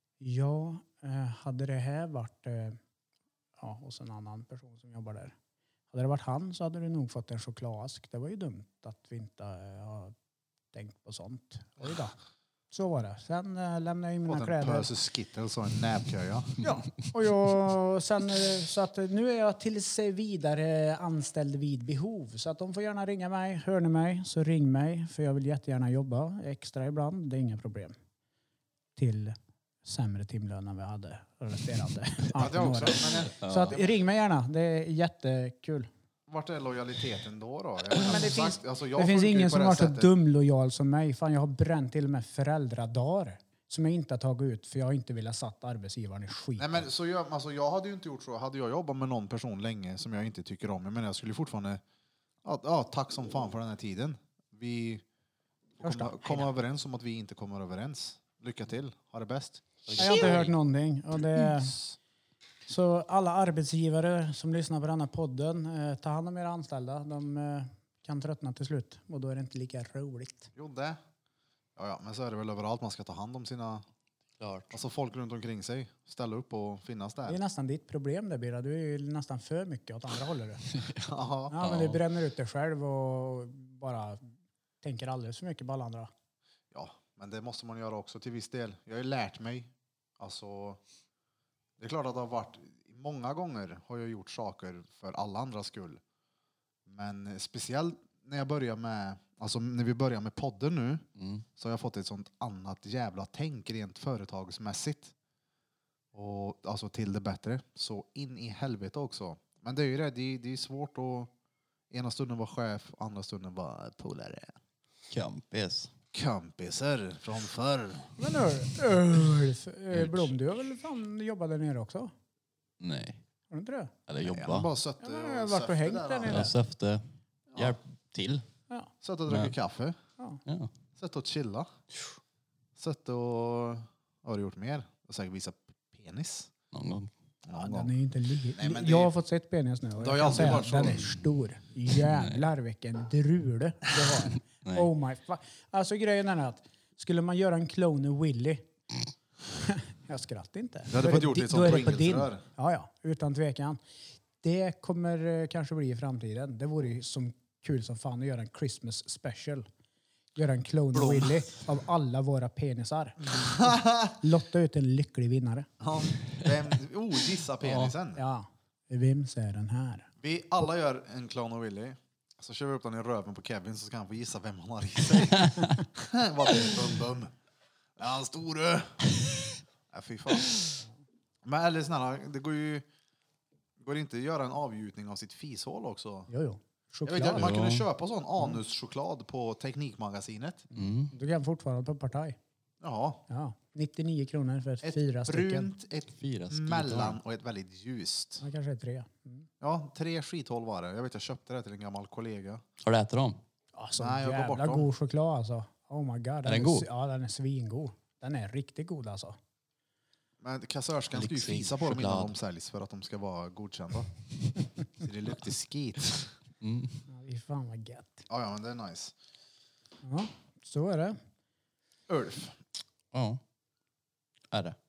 hade det här varit hos en annan person som jobbar där. Hade det varit han så hade du nog fått en chokladask. Det var ju dumt att vi inte har tänkt på sånt. Oj då. Så var det. Sen lämnade jag in mina Fått en kläder. pöse Skittles och en näbköja. Ja, och jag, sen, så att nu är jag tills vidare anställd vid behov. Så att de får gärna ringa mig. Hör ni mig så ring mig. För jag vill jättegärna jobba extra ibland. Det är inga problem. Till sämre timlön än vi hade resterande. Ja, det också. Så att, ring mig gärna. Det är jättekul. Vart är lojaliteten då? Men det finns ingen som har så dumlojal som mig. Fan, jag har bränt till och med föräldradagar som jag inte har tagit ut för jag har inte velat satt arbetsgivaren i skit. Nej, men så jag hade ju inte gjort så. Hade jag jobbat med någon person länge som jag inte tycker om, men jag skulle fortfarande tack som fan för den här tiden. Vi kommer överens om att vi inte kommer överens. Lycka till. Ha det bäst. Jag har inte hört någonting. Och så alla arbetsgivare som lyssnar på den här podden, ta hand om era anställda. De kan tröttna till slut och då är det inte lika roligt. Jo, det. Ja, men så är det väl överallt man ska ta hand om sina... Klart. Alltså folk runt omkring sig. Ställa upp och finnas där. Det är nästan ditt problem där, Birra. Du är ju nästan för mycket åt andra hållet. Jaha. Ja, men du bränner ut dig själv och bara tänker alldeles för mycket på alla andra. Ja, men det måste man göra också till viss del. Jag har ju lärt mig. Alltså, det är klart att det har varit... Många gånger har jag gjort saker för alla andras skull. Men speciellt när jag börjar med... Alltså när vi börjar med podden nu så har jag fått ett sånt annat jävla tänk rent företagsmässigt. Och alltså till det bättre. Så in i helvete också. Men det är ju det. Det är svårt att ena stunden vara chef, andra stunden vara polare. Campis. Kompisar från förr. Men Ulf Blom, du har väl fan jobbat där nere också? Nej. Har du inte det? Eller Jag har jobba. bara suttit Ja, jag har varit och hängt där nere. Jag söfte. Hjälp till. Ja. Suttit och druckit kaffe. Ja. Suttit och chilla. Suttit och... Vad har du gjort mer? Jag har säkert visat penis. Någon gång. Ja, den är ju inte Nej, men det- Jag har fått sett penis nu och Det har jag ju kan alltid säga varit att så. den är stor. Jävlar vilken drule det har. Nej. Oh my fuck. Alltså grejen är att skulle man göra en clone Willy jag skrattar inte. Du hade fått gjort lite då är som det på din. Pringles-rör. Ja, utan tvekan. Det kommer kanske bli i framtiden. Det vore ju som kul som fan att göra en Christmas special. Göra en clone Willy av alla våra penisar. Lotta ut en lycklig vinnare. Ja, gissa penisen. Ja. Vem säger den här? Vi alla gör en clown av Willy. Så kör vi upp den i röven på Kevin så ska han få gissa vem han har i sig. Vad det är, bum. Är han store? Ja, fy fan. Men eller snälla, det går inte att göra en avgjutning av sitt fishål också. Jo. Jag Choklad. vet att man kunde köpa sån anuschoklad på Teknikmagasinet. Du kan fortfarande på partaj. Ja. Ja. 99 kronor för Ett 4 stycken. brunt, ett 4 stycken. mellan och ett väldigt ljust. Ja, kanske 3. Ja, 3 skithål var det. Jag vet jag köpte det till en gammal kollega. Har du ätit dem? Alltså, Nej, jag går bort jävla dem. god choklad alltså. Oh my god. Den den god? Ja, den är svingod. Den är riktigt god alltså. Men kassörskan ska ju Lyxig fisa på dem innan choklad. de säljs för att de ska vara godkända. Så det luktar skit. Mm. Ja, fy fan vad gött. Ja, men det är nice. Ja, så är det. Ulf. Ja. Är det.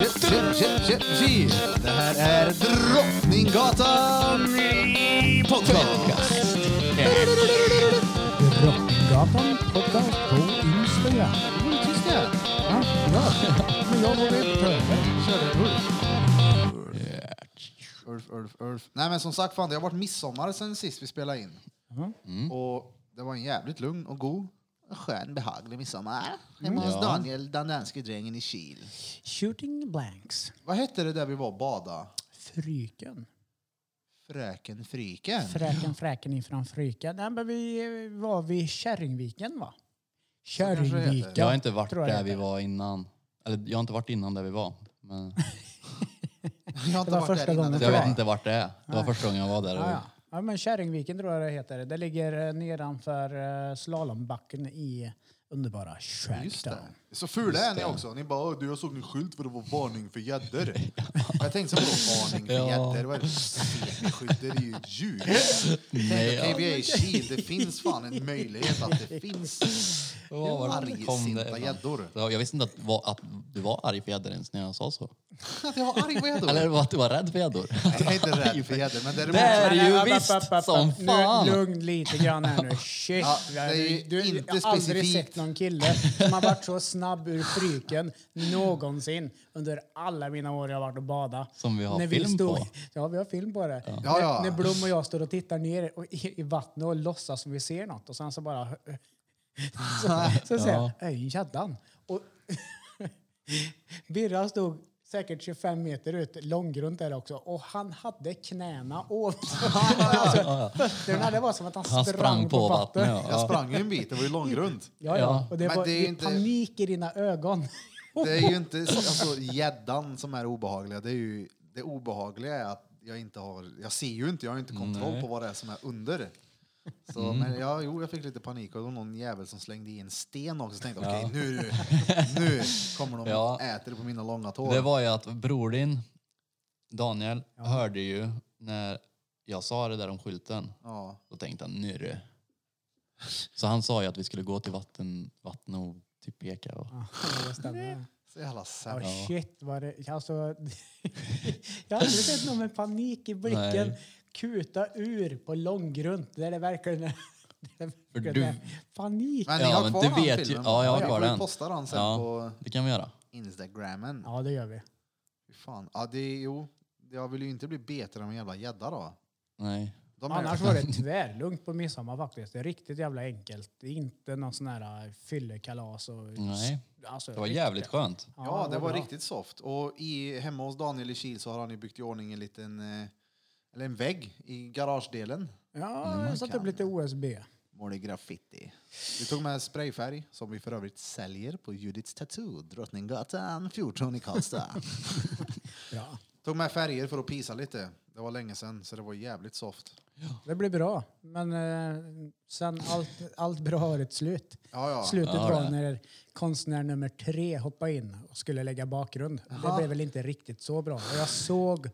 Shit. Det här är Drottninggatan podcast. Drottninggatan podcast på Instagram. Tyst det. Ja, men jag vågar inte ta över. Kör det. Ulf. Nej men som sagt fan, det har varit midsommar sen sist vi spelade in. Och det var en jävligt lugn och god, skön, behaglig midsommar. Hemma hos Daniel, den danske drängen i Kil. Shooting blanks. Vad hette det där vi var och bada? Fryken. Fröken Fryken? Fräken ifrån Fryken. Nej, men vi var vid Kärringviken, va? kanske det Kärringviken. heter. Jag har inte varit tror jag där vi heter. var innan. Eller jag har inte varit innan där vi var. Men Jag har inte Det var varit första där innan. gången jag vet Nej. inte vart det är. Det var första gången jag var där. Ja, men Kärringviken tror jag det heter. Det ligger nedanför slalombacken i underbara Just Sharktown. det. Så fula är ni också. Ni bara, du, jag såg en skylt för det var varning för gäddor. Jag tänkte så var varning för gäddor. Vad är det? Skylt, det är ju djur. Okej, vi är i Kil. Det finns fan en möjlighet att det finns argsinta gäddor. Jag visste inte att du var arg för gäddor ens när jag sa så. Att jag var arg på gäddor? Eller att du var rädd för gäddor. Jag är inte rädd för gäddor, men däremot... Det är ju Nej, visst som Nu, fan. lugn lite grann här nu. Shit. Ja, det är ju du inte jag har aldrig specifikt. sett någon kille som har varit så snabb ur Fryken någonsin under alla mina år jag har varit och badat. Som vi har När film på. Ja, vi har film på det. Ja. När Blom och jag står och tittar ner i vattnet och låtsas som vi ser något. Och sen så bara... så säger jag, öj, jaddan. Och Birra stod säkert 25 meter ut, långgrunt där också. Och han hade knäna ovanför. Alltså, fötterna, det var som att han sprang på vatten. Ja. Jag sprang ju en bit, det var ju långgrunt. Ja. Och det Men var det är inte- panik i dina ögon. Det är ju inte alltså, gäddan som är obehagliga. Det är ju det obehagliga är att jag inte har... Jag ser ju inte, jag har inte kontroll på vad det är som är under. Så, men jag fick lite panik och det var någon jävel som slängde i en sten också. Så tänkte okej, nu kommer de och äter på mina långa tår. Det var ju att bror din, Daniel, hörde ju när jag sa det där om skylten. Ja. Då tänkte han, nu är det. Så han sa ju att vi skulle gå till vatten och typ peka. Och... Det stämmer. Så jävla sämst. Ja, shit vad det... Alltså, jag har aldrig sett någon med panik i blicken Nej. kuta ur på långgrunt. Där det verkligen För du- är panik. Men ni Ja, har men kvar du den vet ju- filmen? ja, jag har Vi kvar får ju den. posta den sen Ja. på Det kan vi göra. Instagrammen. Ja, det gör vi. Fy fan. Ja, jag vill ju inte bli betare än en jävla gädda då. Nej. De är- Annars var det tvärlugnt på midsommar faktiskt. Det är riktigt jävla enkelt. Det är inte någon sån här fyllekalas. Och, Nej. alltså, Det var riktigt- jävligt skönt. Ja, det var bra. riktigt soft. Och hemma hos Daniel i Kil så har han ju byggt i ordning en liten eller en vägg i garagedelen. Ja, jag satte upp lite OSB. Målig graffiti. Vi tog med sprayfärg som vi för övrigt säljer på Judiths Tattoo, Drottninggatan 14 i Karlstad. Ja, Tog med färger för att pisa lite. Det var länge sedan så det var jävligt soft. det blir bra. Men sen allt bra har ett slut. Ja. Slutet Ja, var det. när konstnär nummer 3 hoppade in och skulle lägga bakgrund. Det blev väl inte riktigt så bra. Och jag såg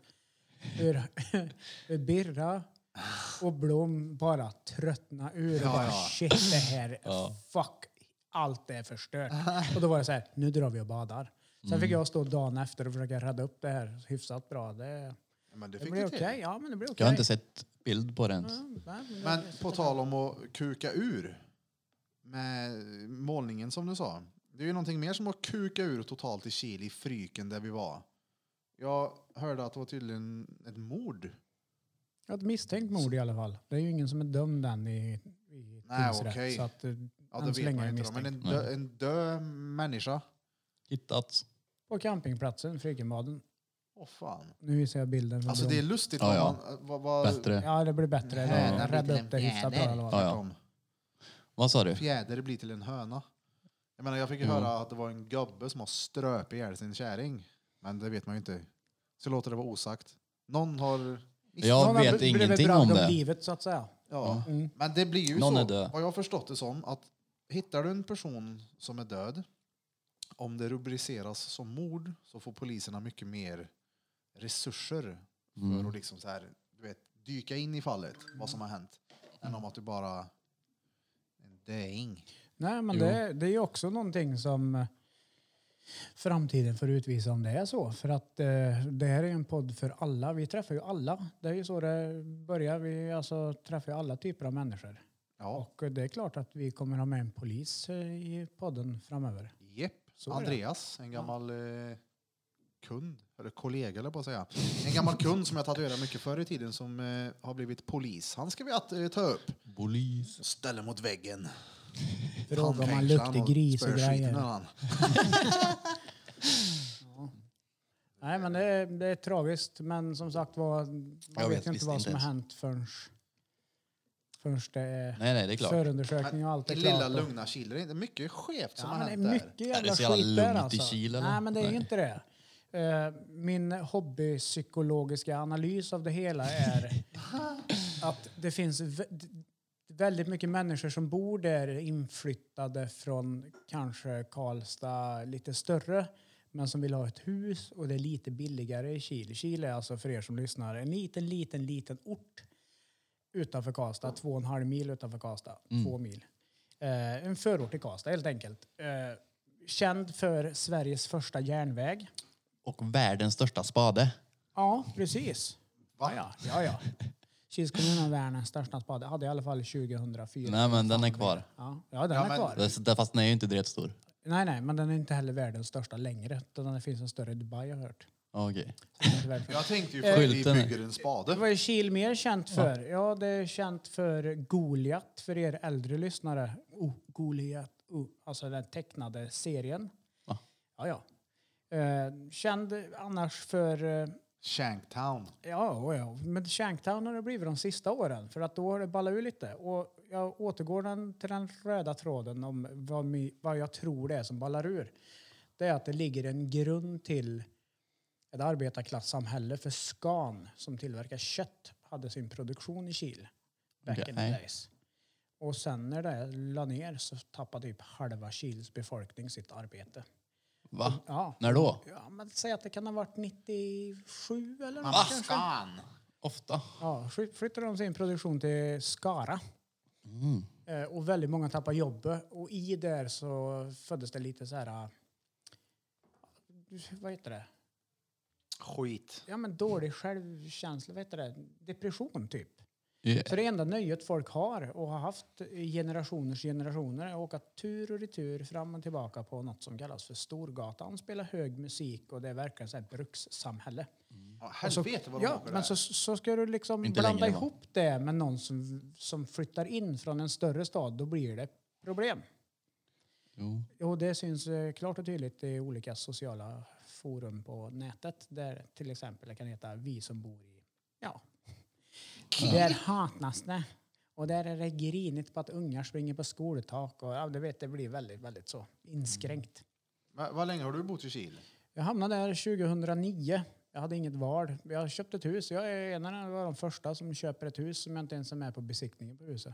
hur Birra och Blom bara tröttna ur. Och bara, shit, det här, fuck, allt är förstört. Och då var det så här, nu drar vi och badar. Sen fick jag stå dagen efter och försöka rädda upp det här hyfsat bra. Men det Det fick blir du okej. till. Ja, men det blir okej. Jag har inte sett bild på det ens. Men på tal om att kuka ur med målningen som du sa. Det är ju någonting mer som att kuka ur totalt i Kil i Fryken där vi var. Jag hörde att det var tydligen ett mord. Ett misstänkt mord i alla fall. Det är ju ingen som är dömd än i Nej, tingsrätt. okej. Så att, Ja, än det så vet länge man är ju inte. Då. Men misstänkt. en död människa. Hittats. På campingplatsen, Frykenbaden. Åh fan. Nu visar jag bilden. Från Alltså Blom. det är lustigt Ja, vad Bättre. Ja, det blir bättre. Ja. Rädda upp det hyfsat bra. Eller vad. Ja. Vad sa du? Fjäder blir till en höna. Jag menar, jag fick ju höra att det var en gubbe som har ströp ihjäl sin kärring. Men det vet man ju inte. Så låter det vara osagt. Någon har... Jag Någon har vet blivit ingenting bragd om det. livet så att säga. Ja. Men det blir ju Någon så, är död. vad jag har förstått det som, att hittar du en person som är död, om det rubriceras som mord så får poliserna mycket mer resurser för att liksom så här, du vet, dyka in i fallet, vad som har hänt, än om att du bara en döing. Nej, men det är ju också någonting som Framtiden får utvisa om det är så. För att det här är en podd för alla. Vi träffar ju alla. Det är ju så det börjar. Vi alltså träffar ju alla typer av människor. Ja. Och det är klart att vi kommer ha med en polis i podden framöver. Jepp. Så är det. Andreas, en gammal kund, eller kollega eller på att säga. En gammal kund som jag tatuerade mycket förr i tiden som har blivit polis. Han ska vi ta upp. Polis. Ställa mot väggen. Fråga om man luktar gris och grejer. Nej, men det är tragiskt. Men som sagt man vet ju inte vad som har hänt förrän det är, Nej, det är klart. förundersökning och allt är I klart. lilla lugna Kil, det är inte mycket skevt som har men hänt det är där. mycket jävla Är det så jävla skit där lugnt i alltså. Kil, eller? Nej, men det är ju Nej. inte det. Min hobbypsykologiska analys av det hela är att det finns väldigt mycket människor som bor där inflyttade från kanske Karlstad lite större men som vill ha ett hus och det är lite billigare i Kil. Kil är alltså för er som lyssnar en liten ort utanför Karlstad, 2,5 mil utanför Karlstad, 2 mil. En förort i Karlstad helt enkelt. Känd för Sveriges första järnväg. Och världens största spade. Ja, precis. Va? Ja. Kils kommun är världens största spade. Hade i alla fall 2004. Nej, men den är kvar. Ja, den är men- kvar. Fast den är ju inte direkt stor. Nej, men den är inte heller världens största längre. Utan det finns en större i Dubai, jag har hört. Okej. Så det är inte världens- Jag tänkte ju för att vi Skylten är- bygger en spade. Vad är Kil mer känt för? Ja, det är känt för Goliat för er äldre lyssnare. Goliat. Alltså den tecknade serien. Va? Ja. Känd annars för... Shanktown. Ja. Men Shanktown har det blivit de sista åren. För att då har det ballat ur lite. Och jag återgår till den röda tråden om vad jag tror det är som ballar ur. Det är att det ligger en grund till ett arbetarklassamhälle för Scan som tillverkar kött. Hade sin produktion i Kil. Back in the Okej. days. Och sen när det la ner så tappade typ halva Kils befolkning sitt arbete. Va? Ja. När då? Ja, men säg att det kan ha varit 97 eller Va? något kanske. Scan. Ofta. Ja, flyttade de sin produktion till Skara. Och väldigt många tappade jobbet. Och i där så föddes det lite så här... Vad heter det? Skit. Ja, men dålig självkänsla. Vad heter det? Depression typ. Yeah. För det enda nöjet folk har och har haft i generationer är att åka tur och retur fram och tillbaka på något som kallas för Storgatan. Spela hög musik och det är verkligen så här brukssamhälle. Ja, Och så, helvete vad de ja, åker men där. så ska du liksom Inte blanda längre, va? ihop det med någon som flyttar in från en större stad. Då blir det problem. Jo. Jo, det syns klart och tydligt i olika sociala forum på nätet. Där till exempel det kan heta Vi som bor i... Ja. Där hatnas det. Och där är det grinigt på att ungar springer på skoltak. Och ja, det blir väldigt, väldigt så inskränkt. Vad länge har du bott i Kil? Jag hamnade där 2009. Jag hade inget val. Jag köpte ett hus. Jag är en av de första som köper ett hus som jag inte ens är med på besiktningen på huset.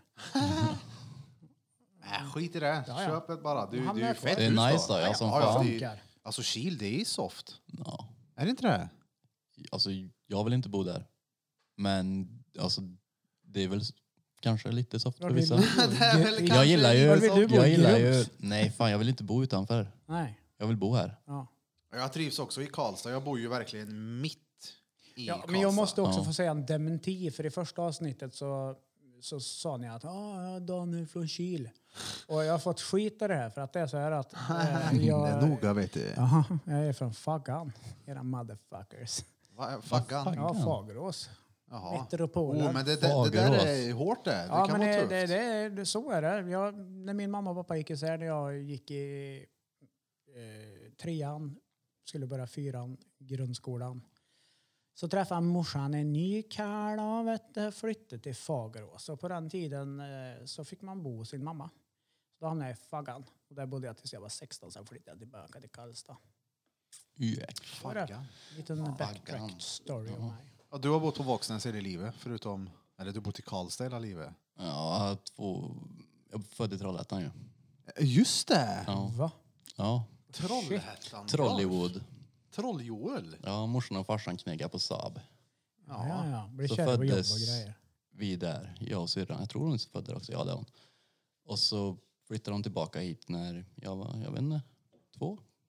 Skit i det. Ja. Köp ett bara. Du, Han det är ju är fett Det är hus nice då, ja, som ja, fan. det är- Funkar. Alltså Kil, det är soft. Ja. Är det inte det? Alltså, jag vill inte bo där. Men alltså, det är väl kanske lite soft för Var vill vissa. du bo? Det är väl I- kanske Jag gillar ju... Var vill du bo? Jag gillar ju... Grums? Nej, fan, jag vill inte bo utanför. Nej. Jag vill bo här. Ja. Jag trivs också i Karlstad. Jag bor ju verkligen mitt i Ja, Karlstad. men jag måste också Ja. få säga en dementi. För i första avsnittet så sa ni att Daniel från Kil. Och jag har fått skit av det här för att det är så här att jag, Noga vet du. Jaha, jag är från Faggan. Era motherfuckers. Faggan. Ja, Fagerås. Jaha. Metropolen. Men det där är hårt det. Det Ja, kan men vara tufft. så är det. När min mamma och pappa gick isär när jag gick i 3:an, skulle börja 4:an, grundskolan. Så träffade morsan en ny karl och flyttade till Fagerås. Och på den tiden så fick man bo hos sin mamma. Så då hamnade jag i Faggan. Och där bodde jag tills jag var 16, sen flyttade jag tillbaka till Karlstad. Faggan. Liten backtracked story om mig. Ja, du har bott på Våxnäs hela livet, förutom... Eller du har bott i Karlstad hela livet. Ja, jag är född i Trollhättan ju. Just det! Ja. Va? Ja. Trollhättan. Trollywood. Troll-Joel. Ja, morsan och farsan knegade på Saab. Ja. Blir Så kär på jobb och föddes grejer. vi där, jag och syrran. Jag tror hon är född där också. Ja, det är hon. Och så flyttade de tillbaka hit när jag var, jag vet inte, 2.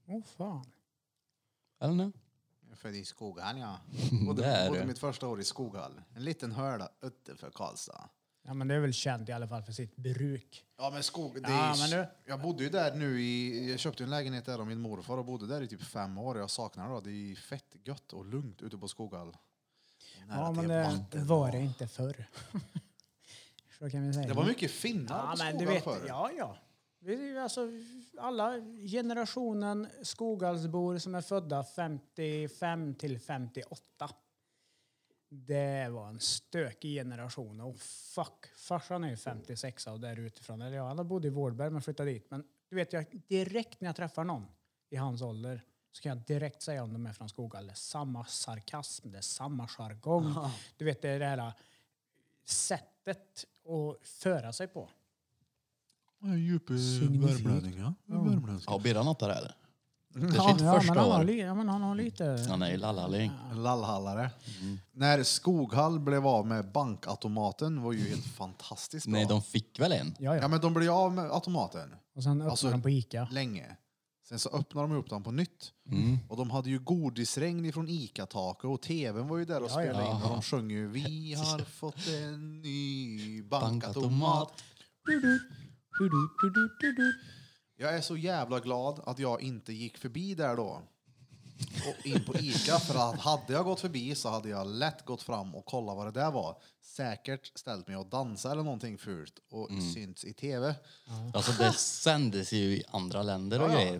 Fan. Eller nu? Jag är född i Skoghall, ja. Det är Bodde det. mitt första år i Skoghall. En liten hörda utanför Karlstad. Ja, men det är väl känt i alla fall för sitt bruk. Ja, men skog... Det Ja, är, men du- Jag bodde ju där nu jag köpte en lägenhet där av min morfar och bodde där i typ 5 år. Jag saknar det. Det är fett gött och lugnt ute på Skoghall. Nära Ja, men till det vatten var och- det inte förr. Så kan vi säga. Det var mycket finnar Ja, på men du Skoghall vet, förr. ja. Alltså, alla generationen Skogallsbor som är födda 55 till 58. Det var en stökig generation. Och fuck, farsan är ju 56 och där utifrån. Eller ja, han bodde i Vårdberg men flyttade dit. Men du vet, direkt när jag träffar någon i hans ålder så kan jag direkt säga om de är från Skogall. Det är samma sarkasm, det är samma jargong. Du vet, det är det här sättet att föra sig på. Djup värmlänning, ja. Har Birra något där eller? Det är Ja, sitt första men år. han har lite... Han är ju lallalling. Lallhallare. När Skoghall blev av med bankautomaten var ju helt fantastiskt bra. Nej, de fick väl en? Ja, Ja, ja. men de blev av med automaten Och sen öppnar Alltså- de på Ica. länge. Sen så öppnade de upp den på nytt. Och de hade ju godisregn ifrån Ica-taket och tvn var ju där och spelade in. Och de sjöng ju Vi har fått en ny bankautomat. Jag är så jävla glad att jag inte gick förbi där då. Och in på Ica. För att hade jag gått förbi så hade jag lätt gått fram och kollat vad det där var. Säkert ställt mig och dansa eller någonting fult och synts i tv. Alltså det sändes ju i andra länder och grejer.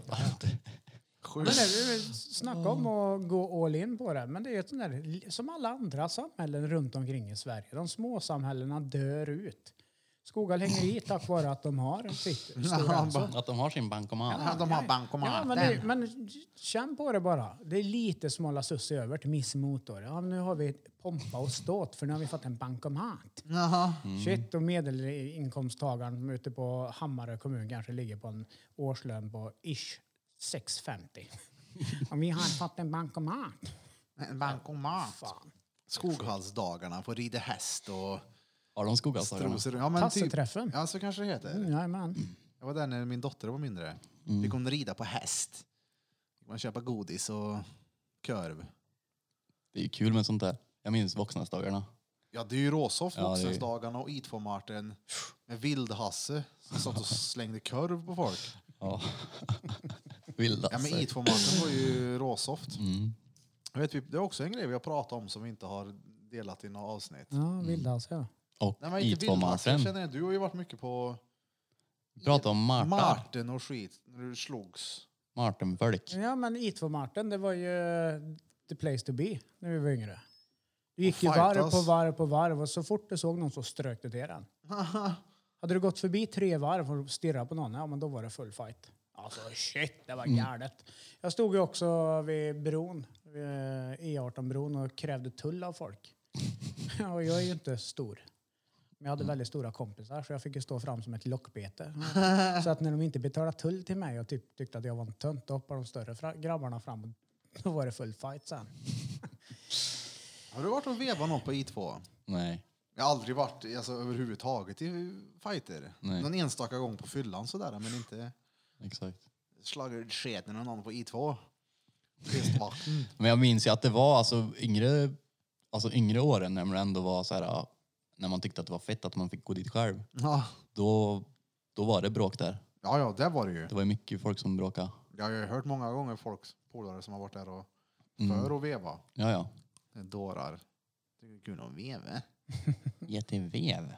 Men det, snacka om att gå all in på det. Men det är ett sånt där, som alla andra samhällen runt omkring i Sverige. De små samhällena dör ut. Skoghall hänger i tack vare att de har sitt stora ansvar. Att de har sin bankomat. Ja, de har bankomaten. Ja, men känn på det bara. Det är lite smala suss över till Miss Motor. Ja, nu har vi pompa och ståt för nu har vi fått en bankomat. Jaha. Shit, och medelinkomsttagaren ute på Hammarö kommun kanske ligger på en årslön på ish 650. Och vi har fått en bankomat. En bankomat. Fan. Skoghallsdagarna på rida häst och Har de Skoghallsdagarna? strosor. Ja, men Tasseträffen. Ja, så kanske det heter. Jajamän. Jag var där när min dotter var mindre. Fick hon rida på häst. Fick man köpa godis och korv. Det är ju kul med sånt där. Jag minns Voxnasdagarna. Ja, det är ju råsoft, Ja, det är- Voxensdagarna och I2-Martin med Vildhasse som satt och slängde korv på folk. Ja. Vilda. Ja, men I2-Martin var ju råsoft. Jag vet, det är också en grej vi har pratat om som vi inte har delat i några avsnitt. Ja, Vildhasse, ja. Och Nej, men inte Vildhasse. Jag I2-Martin. känner, du har ju varit mycket på Prata om Marta. Martin och skit när du slogs. Martin-folk. Ja, men I2 Martin, det var ju the place to be när vi var yngre. Du gick Och ju varv fightas. på varv på varv och så fort du såg någon så strök du till den. Hade du gått förbi 3 varv och stirrat på någon, ja men då var det full fight. Alltså shit, det var galet. Jag stod ju också vid bron, vid E18-bron och krävde tull av folk. Och jag är ju inte stor. Men jag hade väldigt stora kompisar så jag fick ju stå fram som ett lockbete. Så att när de inte betalade tull till mig och tyckte att jag var en tönt, då hoppade de större grabbarna fram och då var det full fight sen. Har du varit och vevat något på I2? Nej. Jag har aldrig varit alltså, överhuvudtaget i fighter. Nej. Någon enstaka gång på fyllan sådär, men inte Exakt. slagit sketen med någon på I2. Festvakten. Men jag minns ju att det var yngre åren när man ändå var så här, när man tyckte att det var fett att man fick gå dit själv. Ja. Då var det bråk där. Ja, det var det ju. Det var ju mycket folk som bråkade. Jag har ju hört många gånger folks polare som har varit där och för och veva. Ja. Det är dårar. Det är kul att veva. Jättevev.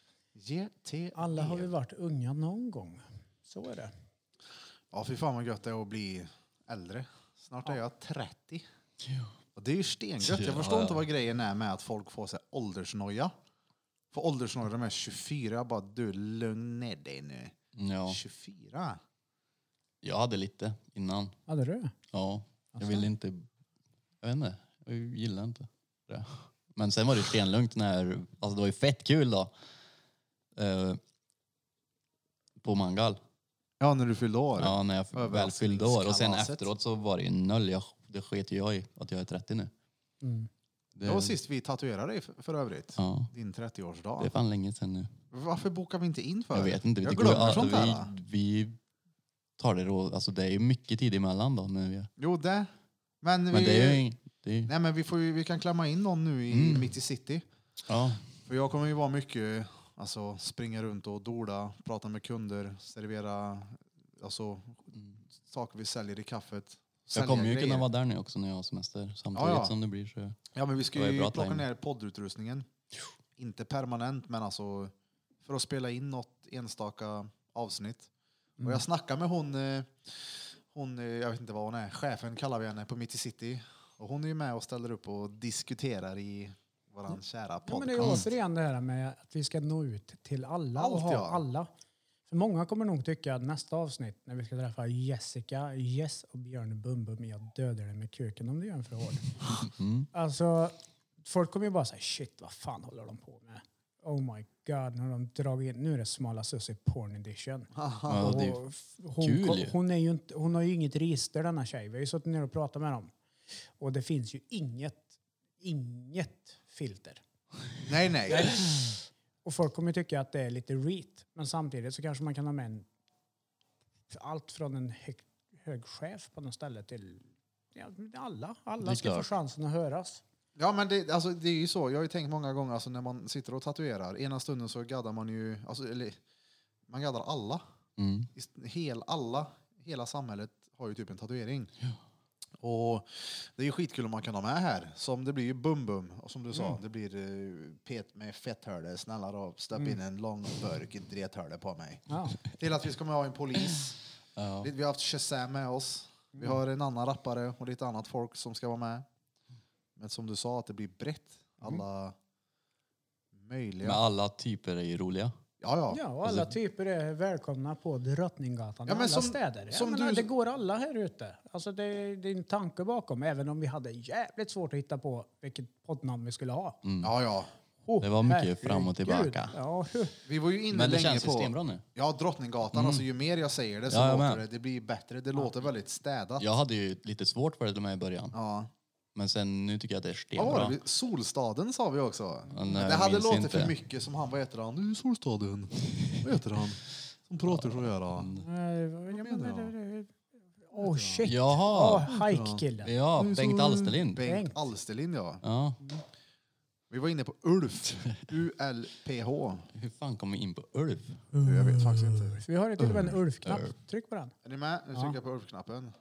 Alla har vi varit unga någon gång. Så är det. Ja, fy fan vad gött det är att bli äldre. Snart är jag 30. Och det är ju stengött. Jag förstår inte vad grejen är med att folk får sig åldersnoja. För åldersnoja, de är 24. Jag bara, du lugn ner dig nu. Ja. 24? Jag hade lite innan. Hade du? Ja. Jag ville inte... Jag vet inte. Jag gillar inte det. Men sen var det stenlugnt när... Alltså det var ju fett kul då. På Mangal. Ja, när du fyllde år. Ja, när jag väl fyllde år. Och sen Överraskningskalaset. efteråt så var det ju noll. Det sket ju jag i att jag är 30 nu. Mm. Det, Det var sist vi tatuerade dig för övrigt. Ja, Din 30-årsdag. det är fan länge sedan nu. Varför bokar vi inte in för? Jag vet inte. Jag går ju glömmer sånt här. vi tar det då, alltså det är ju mycket tid emellan då. Men Jo, det. Men det är ju nej, men vi kan klämma in någon nu mitt i city. Ja. För jag kommer ju vara mycket, alltså springa runt och dola, prata med kunder, servera alltså saker vi säljer i kaffet. Jag kommer ju grejer. kunna vara där nu också när jag har semester. Samtidigt som det blir så. Ja, men vi ska det är ju bra plocka timing. ner poddutrustningen. Inte permanent, men alltså för att spela in något enstaka avsnitt. Och jag snackar med hon, jag vet inte vad hon är, chefen kallar vi henne på Mitt i City. Och hon är ju med och ställer upp och diskuterar i våran kära podcast. Ja, men det är återigen det här med att vi ska nå ut till alla och ha alla. För många kommer nog tycka att nästa avsnitt när vi ska träffa Jessica, Jess och Björn Bumbum, jag dödar dig med kuken om du gör en för hård. Alltså, folk kommer ju bara säga shit, vad fan håller de på med? Oh my god, när de dragit in, nu är det Smala Sussie Porn Edition. Ja, det är Hon, kul ju. hon har ju inget register, denna tjej. Vi har ju suttit ner och pratat med dem. Och det finns ju inget filter. Nej. Och folk kommer tycka att det är lite reet. Men samtidigt så kanske man kan ha med allt från en hög chef på något ställe till alla ska få chansen att höras. Ja, men det är ju så. Jag har ju tänkt många gånger alltså, när man sitter och tatuerar. Ena stunden så gaddar man ju, alltså, eller man gaddar alla. Hela samhället har ju typ en tatuering. Ja. Och det är ju skitkul om man kan ha med här. Som det blir ju bum och som du sa, det blir pet med fetthörde. Snälla då, stöp in en lång burk drethörde på mig. Ja. Till att vi ska ha en polis. Ja. Vi har haft Shazam med oss. Vi har en annan rappare och lite annat folk som ska vara med. Men som du sa, att det blir brett. Alla möjliga. Men alla typer är ju roliga. Ja, och alla typer är välkomna på Drottninggatan i alla städer. Det går alla här ute. Alltså det är en tanke bakom, även om vi hade jävligt svårt att hitta på vilket poddnamn vi skulle ha. Ja. Det var mycket fram och tillbaka. Ja. Vi var ju inne men det länge känns på systembra nu. Ja, Drottninggatan. Alltså, ju mer jag säger det så låter det blir bättre. Det låter väldigt städat. Jag hade ju lite svårt för det med i början. Ja. Men sen nu tycker jag att det är stenbra. Solstaden sa vi också. Ja, det hade låtit för mycket som han. Vad heter han? Nu Solstaden. Vad heter han? Som pratar så här. Oh shit. Jaha. Hike-killen. Ja, Bengt Alsterlind. Bengt Alsterlind, ja. Vi var inne på Ulf. ULPH. Hur fan kom vi in på Ulf? Jag vet faktiskt inte. Vi har till och med en Ulf-knapp. Tryck på den. Är ni med? Nu trycker jag på Ulf-knappen.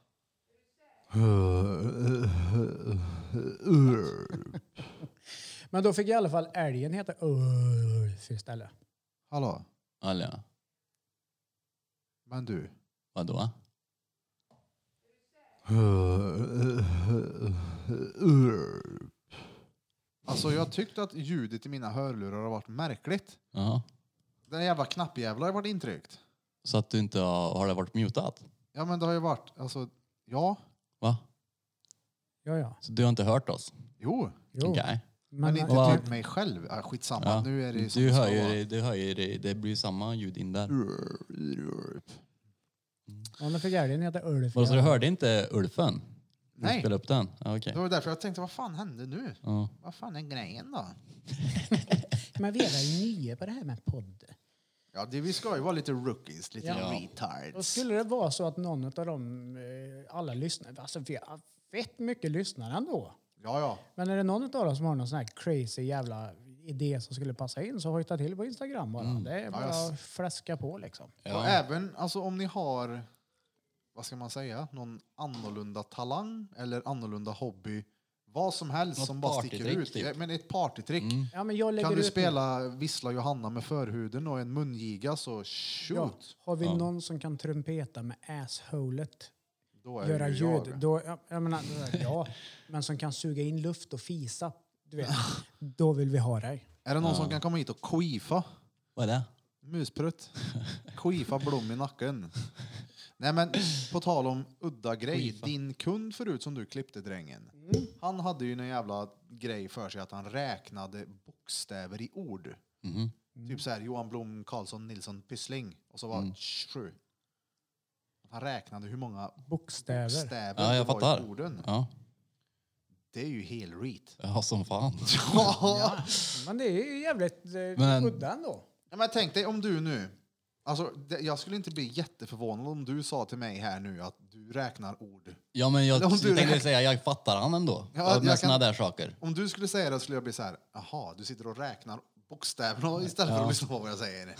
Men då fick i alla fall älgen heta Ulf istället. Hallå? Alla. Men du. Vadå? Alltså jag tyckte att ljudet i mina hörlurar har varit märkligt. Ja. Den jävla knappjävlar har varit intryckt. Så att du inte har det varit mutat? Ja, men det har ju varit, alltså, ja. Va? Ja. Så du har inte hört oss? Jo. Okay. Men inte typ mig själv. Skitsamma. Ja. Nu är det som du hör ju det. Det blir samma ljud in där. Ja, då fick älgen heta Ulf. Så du hörde inte Ulfen? Nej. Spela upp den? Okay. Det var därför jag tänkte, vad fan hände nu? Ja. Vad fan är grejen då? Men vi är ju nya på det här med podd. Ja, vi ska ju vara lite rookies, lite retards. Och skulle det vara så att någon av dem, alla lyssnar, alltså vi har fett mycket lyssnare ändå. Ja. Men är det någon av dem som har någon sån här crazy jävla idé som skulle passa in, så hojta till på Instagram bara. Det är bara att fläska på liksom. Ja. Och även alltså, om ni har, vad ska man säga, någon annorlunda talang eller annorlunda hobby, vad som helst något som bara sticker ut. Typ. Men ett partytrick. Ja, men jag kan du spela Vissla Johanna med förhuden och en mungiga, så shoot. Ja. Har vi någon som kan trumpeta med assholet? Då är göra ljud. Jag. Då, jag menar, men som kan suga in luft och fisa. Du vet, då vill vi ha dig. Är det någon som kan komma hit och queefa? Vad är det? Musprutt. Queefa blom i nacken. Nej, men på tal om udda grej. Din kund förut som du klippte, drängen. Han hade ju en jävla grej för sig att han räknade bokstäver i ord. Typ så här, Johan Blom, Karlsson, Nilsson, Pyssling. Och så var 7. Han räknade hur många bokstäver jag det fattar. var i orden. Ja. Det är ju helt reet. Ja, som fan. Men det är ju jävligt udda ändå. Ja, men tänk dig om du nu Alltså, jag skulle inte bli jätteförvånad om du sa till mig här nu att du räknar ord. Ja, men jag Om du tänkte säga, jag fattar han ändå. Ja, Med såna där saker. Om du skulle säga det skulle jag bli så här, jaha, du sitter och räknar bokstäverna istället för att lyssna på vad jag säger.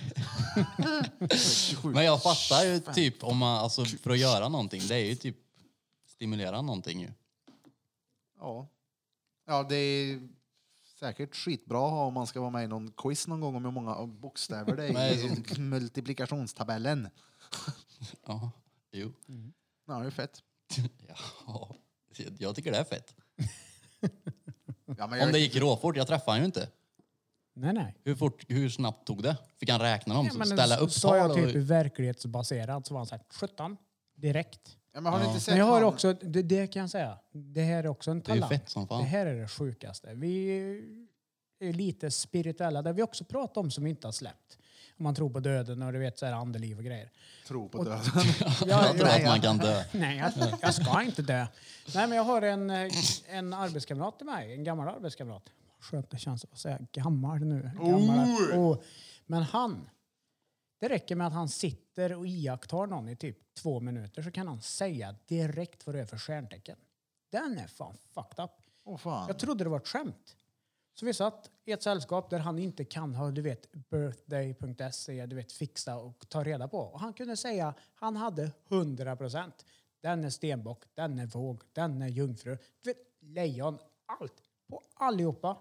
27. Men jag fattar ju typ om man, alltså för att göra någonting, det är ju typ stimulera någonting ju. Ja. Ja, det är säkert skitbra att ha om man ska vara med i någon quiz någon gång om hur många bokstäver det är i multiplikationstabellen. Ja, jo. Ja, det är fett. Ja, jag tycker det är fett. Ja, men Om det gick råfort, jag träffade han ju inte. Nej. Hur snabbt tog det? Fick han räkna dem? Men Ställa upp sa jag tal typ verklighetsbaserad så var han så här 17 direkt. Ja, men har ni inte sett Men jag har han- också, det kan jag säga, det här är också en Det är ju talang. fett som fan. Det här är det sjukaste. Vi är lite spirituella, där vi också pratar om som vi inte har släppt. Om man tror på döden och du vet så här andeliv och grejer. Tro på döden. Jag tror att man kan dö. Nej, jag ska inte dö. Nej, men jag har en arbetskamrat till mig, en gammal arbetskamrat. Skönt det känns att säga gammal nu. Men det räcker med att han sitter och iakttar någon i typ 2 minuter så kan han säga direkt vad det är för stjärntecken. Den är fan fucked up. Åh fan. Jag trodde det var ett skämt. Så vi satt i ett sällskap där han inte kan ha, du vet, birthday.se, du vet, fixa och ta reda på. Och han kunde säga, han hade 100%. Den är stenbock, den är våg, den är jungfru. Du vet, lejon, allt. På allihopa.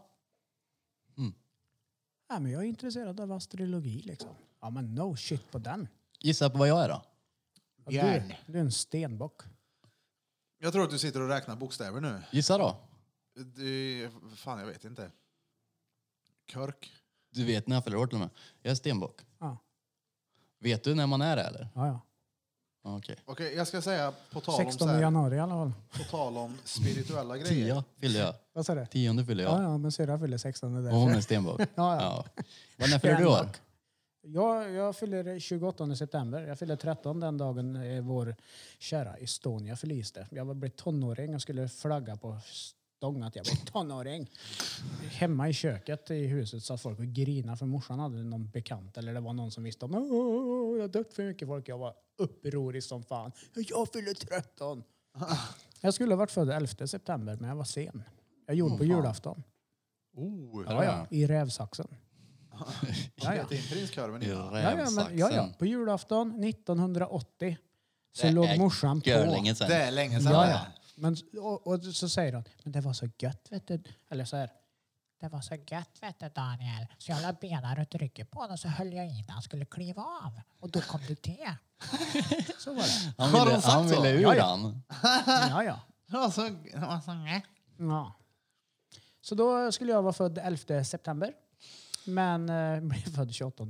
Ja, men jag är intresserad av astrologi liksom. Ja, men no shit på den. Gissa på vad jag är då? Ja, Björn. du är en stenbock. Jag tror att du sitter och räknar bokstäver nu. Gissa då. Fan, jag vet inte. Körk. Du vet när jag fyller år till och med. Jag är stenbock. Ja, Vet du när man är det eller? ja. Ja, okej. Okej, jag ska säga på tal om, 16 så här, januari i alla fall. på tal om spirituella grejer. 10 fyller jag. Vad sa du? 10 fyller jag. Ja, ja, men syrra fyller 16 Och där. hon är stenbock. Ja. När fyller du år? Stenbock. Jag fyller 28 september. Jag fyller 13 den dagen är vår kära Estonia förliste. Jag blev tonåring och skulle flagga på stång att jag blev tonåring. Hemma i köket i huset satt folk och grinade för morsan hade någon bekant eller det var någon som visste om jag har dött för mycket folk. Jag var upprorisk som fan. Jag fyller 13. Jag skulle ha varit född 11 september men jag var sen. Jag gjorde på julafton. Ja, i Rävsaxen. Ja. In prinskorven innan. Ja, på julafton 1980 så Det låg är morsan på. länge sedan. Det är länge sedan. Ja. Men, och så säger hon, men det var så gött vet du. Eller så här, det var så gött vet du Daniel. Så jag la benen runt ryggen på honom och så höll jag in han skulle kliva av. Och då kom det te. Så var det. Han ville ur Ja, ja. han. Ja. Nej. Ja. Så då skulle jag vara född 11 september. Men blev född 28.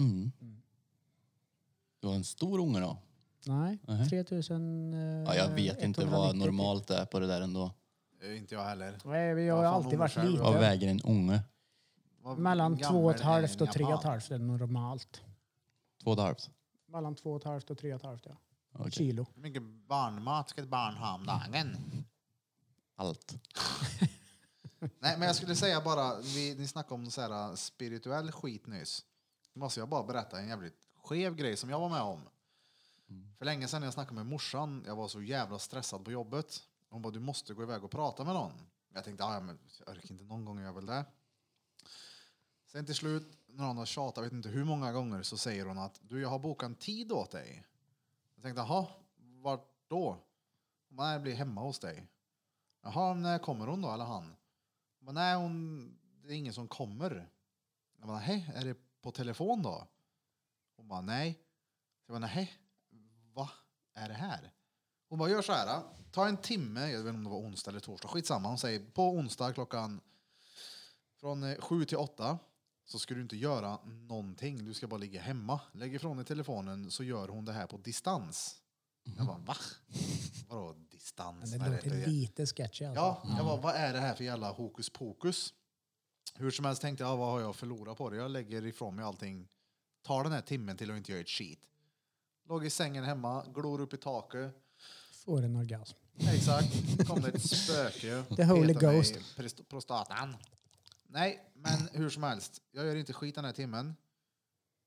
Du var en stor unge då. Nej, 3000... Ja, jag vet inte vad normalt är på det där ändå. Inte jag heller. Nej, jag har Vad fan alltid varit unge själv då? Vad liten. väger en unge? Mellan Gammal 2,5 är och en 3,5 är normalt. 2,5. Mellan 2,5 och 3,5 ja. Okej. Kilo. Hur mycket barnmat ska ett barn ha om dagen? Allt. Nej, men jag skulle säga bara, ni snackade om så här spirituell skit nyss. Då måste jag bara berätta en jävligt skev grej som jag var med om. För länge sedan när jag snackade med morsan, jag var så jävla stressad på jobbet. Hon bara, du måste gå iväg och prata med någon. Jag tänkte, men jag orkar inte någon gång jag väl det. Sen till slut, när hon har tjatat, jag vet inte hur många gånger, så säger hon att jag har bokat en tid åt dig. Jag tänkte, jaha, vart då? Hon bara, jag blir hemma hos dig. Jaha, när kommer hon då, eller han? Men nej, det är ingen som kommer. Jag bara, nej, är det på telefon då? Hon bara, nej. Jag bara, nej, vad är det här? Hon bara, gör så här, ta en timme, jag vet inte om det var onsdag eller torsdag, skitsamma. Hon säger, på onsdag klockan från 7 till 8 så ska du inte göra någonting. Du ska bara ligga hemma. Lägg ifrån dig telefonen så gör hon det här på distans. Jag bara, va? Vadå distans? Men det låter lite sketchy alltså. Ja, jag bara, vad är det här för jävla hokus pokus? Hur som helst tänkte jag, vad har jag förlorat på det? Jag lägger ifrån mig allting. Tar den här timmen till att inte göra ett skit. Låg i sängen hemma, glor upp i taket. Får en orgasm. Exakt. Kom det ett spöke. The Holy petade mig Ghost. i prostatan. Nej, men hur som helst. Jag gör inte skit den här timmen.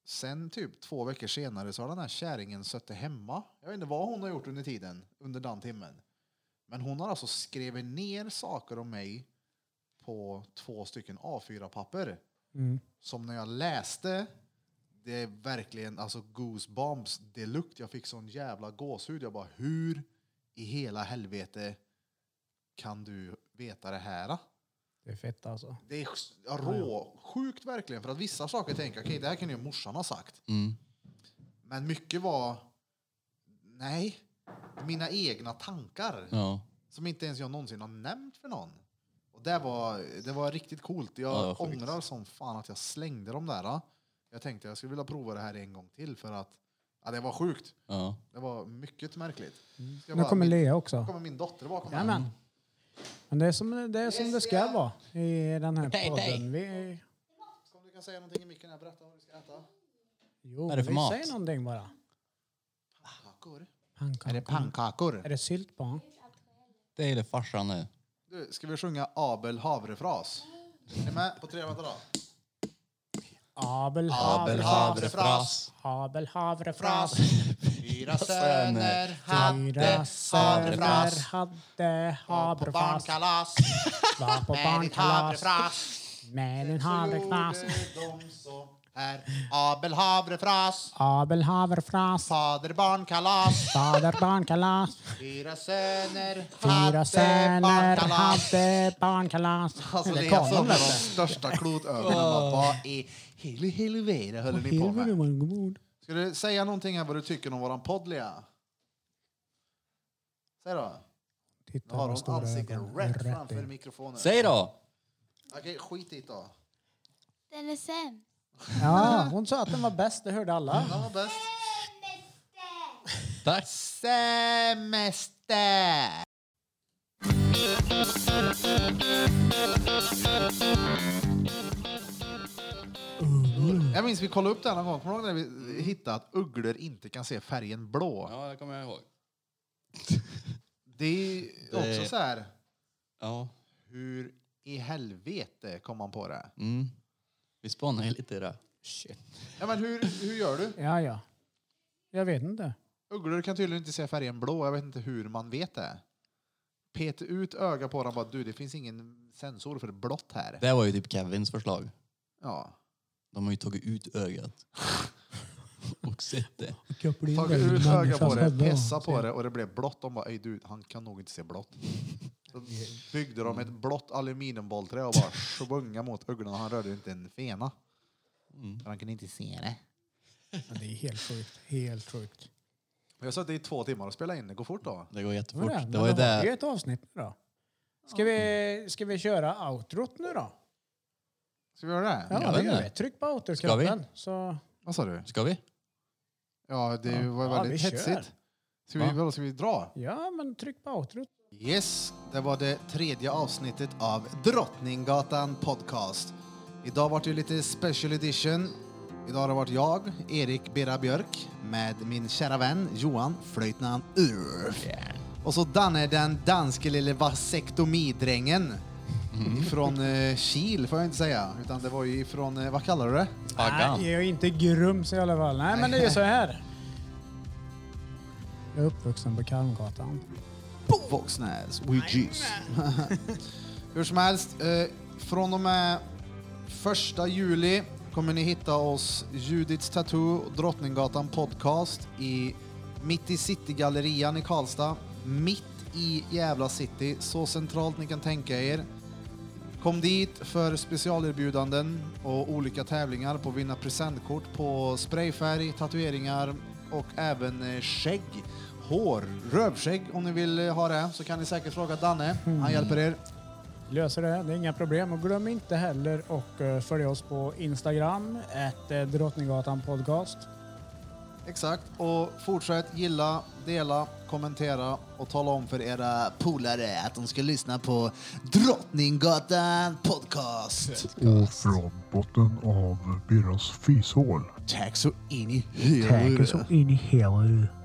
sen typ 2 veckor senare så har den här kärringen suttit hemma. Jag vet inte vad hon har gjort under tiden, under den timmen. Men hon har alltså skrivit ner saker om mig på 2 stycken A4-papper. Som när jag läste, det är verkligen alltså goosebumps deluxe. Jag fick sån jävla gåshud. Jag bara, hur i hela helvete kan du veta det här? Det är fett alltså. Det är sjukt verkligen. För att vissa saker tänker okej, det här kan ju morsan ha sagt. Men mycket var, nej, mina egna tankar. Ja. Som inte ens jag någonsin har nämnt för någon. Och det var riktigt coolt. Jag ångrar som fan att jag slängde dem där. Jag tänkte jag skulle vilja prova det här en gång till. För att det var sjukt. Ja. Det var mycket märkligt. Nu kommer Lea också. Nu kommer min dotter bakom. Jajamän. Men det är som det ska vara i den här podden. Om du kan säga någonting i micken här, berätta vad du ska äta. Jo, vad är det för mat? Säg någonting bara. Pannkakor. Pannkakor. Är det pannkakor? Är det sylt på? Det är det farsan nu. Du, ska vi sjunga Abel havrefras? Är ni med på 3 då? Abel havrefras. Abel havrefras. 4 söner Fyra söner hade havrefras. Var på barnkalas. Med en havrefras. De så här. Abel havrefras. Abel havrefras. Fader barnkalas. Fader barnkalas. 4 söner hade barnkalas. Alltså det är som de största klotögonen. Vad i helvete höll ni på med? Ska du säga någonting här vad du tycker om våran podd, Lea? Säg då. Titta, Nu har vad hon ansiktet rätt framför mikrofonen. Säg då! Okej, skit i då. Den är sämst. Ja, hon sa att den var bäst, det hörde alla. Ja, bäst. Tack. Semester! Jag minns vi kollade upp det någon gång. Kommer du ihåg när vi hittade att ugglor inte kan se färgen blå? Ja, det kommer jag ihåg. Det är också så här. Ja. Hur i helvete kom man på det? Vi spånar ju lite i det. Shit. Ja, men hur gör du? Ja. Jag vet inte. Ugglor kan tydligen inte se färgen blå. Jag vet inte hur man vet det. Peta ut öga på dem. Bara, du, det finns ingen sensor för blått här. Det var ju typ Kevins förslag. Ja. De har ju tagit ut ögat. Och sett det. Tagit ut öga på det, pessa på det och det blev blått. De bara, ej du, han kan nog inte se blått. Så byggde de ett blått aluminiumbollträ och bara svunga mot ugglorna. Han rörde inte en fena. För han kunde inte se det. Ja, det är helt sjukt. Helt sjukt. Jag satt i 2 timmar och spelade in. Det går fort då. Det går jättefort. Det Det var ju det är det. ett avsnitt nu då. Ska vi köra outrot nu då? Ska vi göra det? Ja, Jag det vet gör inte. vi. Tryck på Ska outrot-knappen. Så... Vad sa du? Ska vi? Ja, det var väldigt vi kör. hetsigt. Ska vi dra? Ja, men tryck på outrot. Yes, det var det 3:e avsnittet av Drottninggatan podcast. Idag var det lite special edition. Idag har det varit jag, Erik Bera Björk, med min kära vän Johan Flöjtnant Ulf. Och så Danne, den danske lille vasektomidrängen. Från Kil får jag inte säga, utan det var ju från, vad kallar du det? Aggan. Nej, jag är inte grums i alla fall. Nej, men det är så här. Jag är uppvuxen på Kalmgatan. Våxnäs, we juice. Hur som helst, från och med 1 juli kommer ni hitta oss Judiths Tattoo, Drottninggatan podcast mitt i Citygallerian i Karlstad. Mitt i jävla city, så centralt ni kan tänka er. Kom dit för specialerbjudanden och olika tävlingar på att vinna presentkort på sprayfärg, tatueringar och även skägg, hår, rövskägg om ni vill ha det, så kan ni säkert fråga Danne. Han hjälper er. Löser det, det är inga problem. Och glöm inte heller och följa oss på Instagram, Drottninggatan podcast. Exakt, och fortsätt gilla, dela, kommentera och tala om för era polare att de ska lyssna på Drottninggatan podcast. Och från botten av Birras fyshål. Tack så in i helvete. in i hela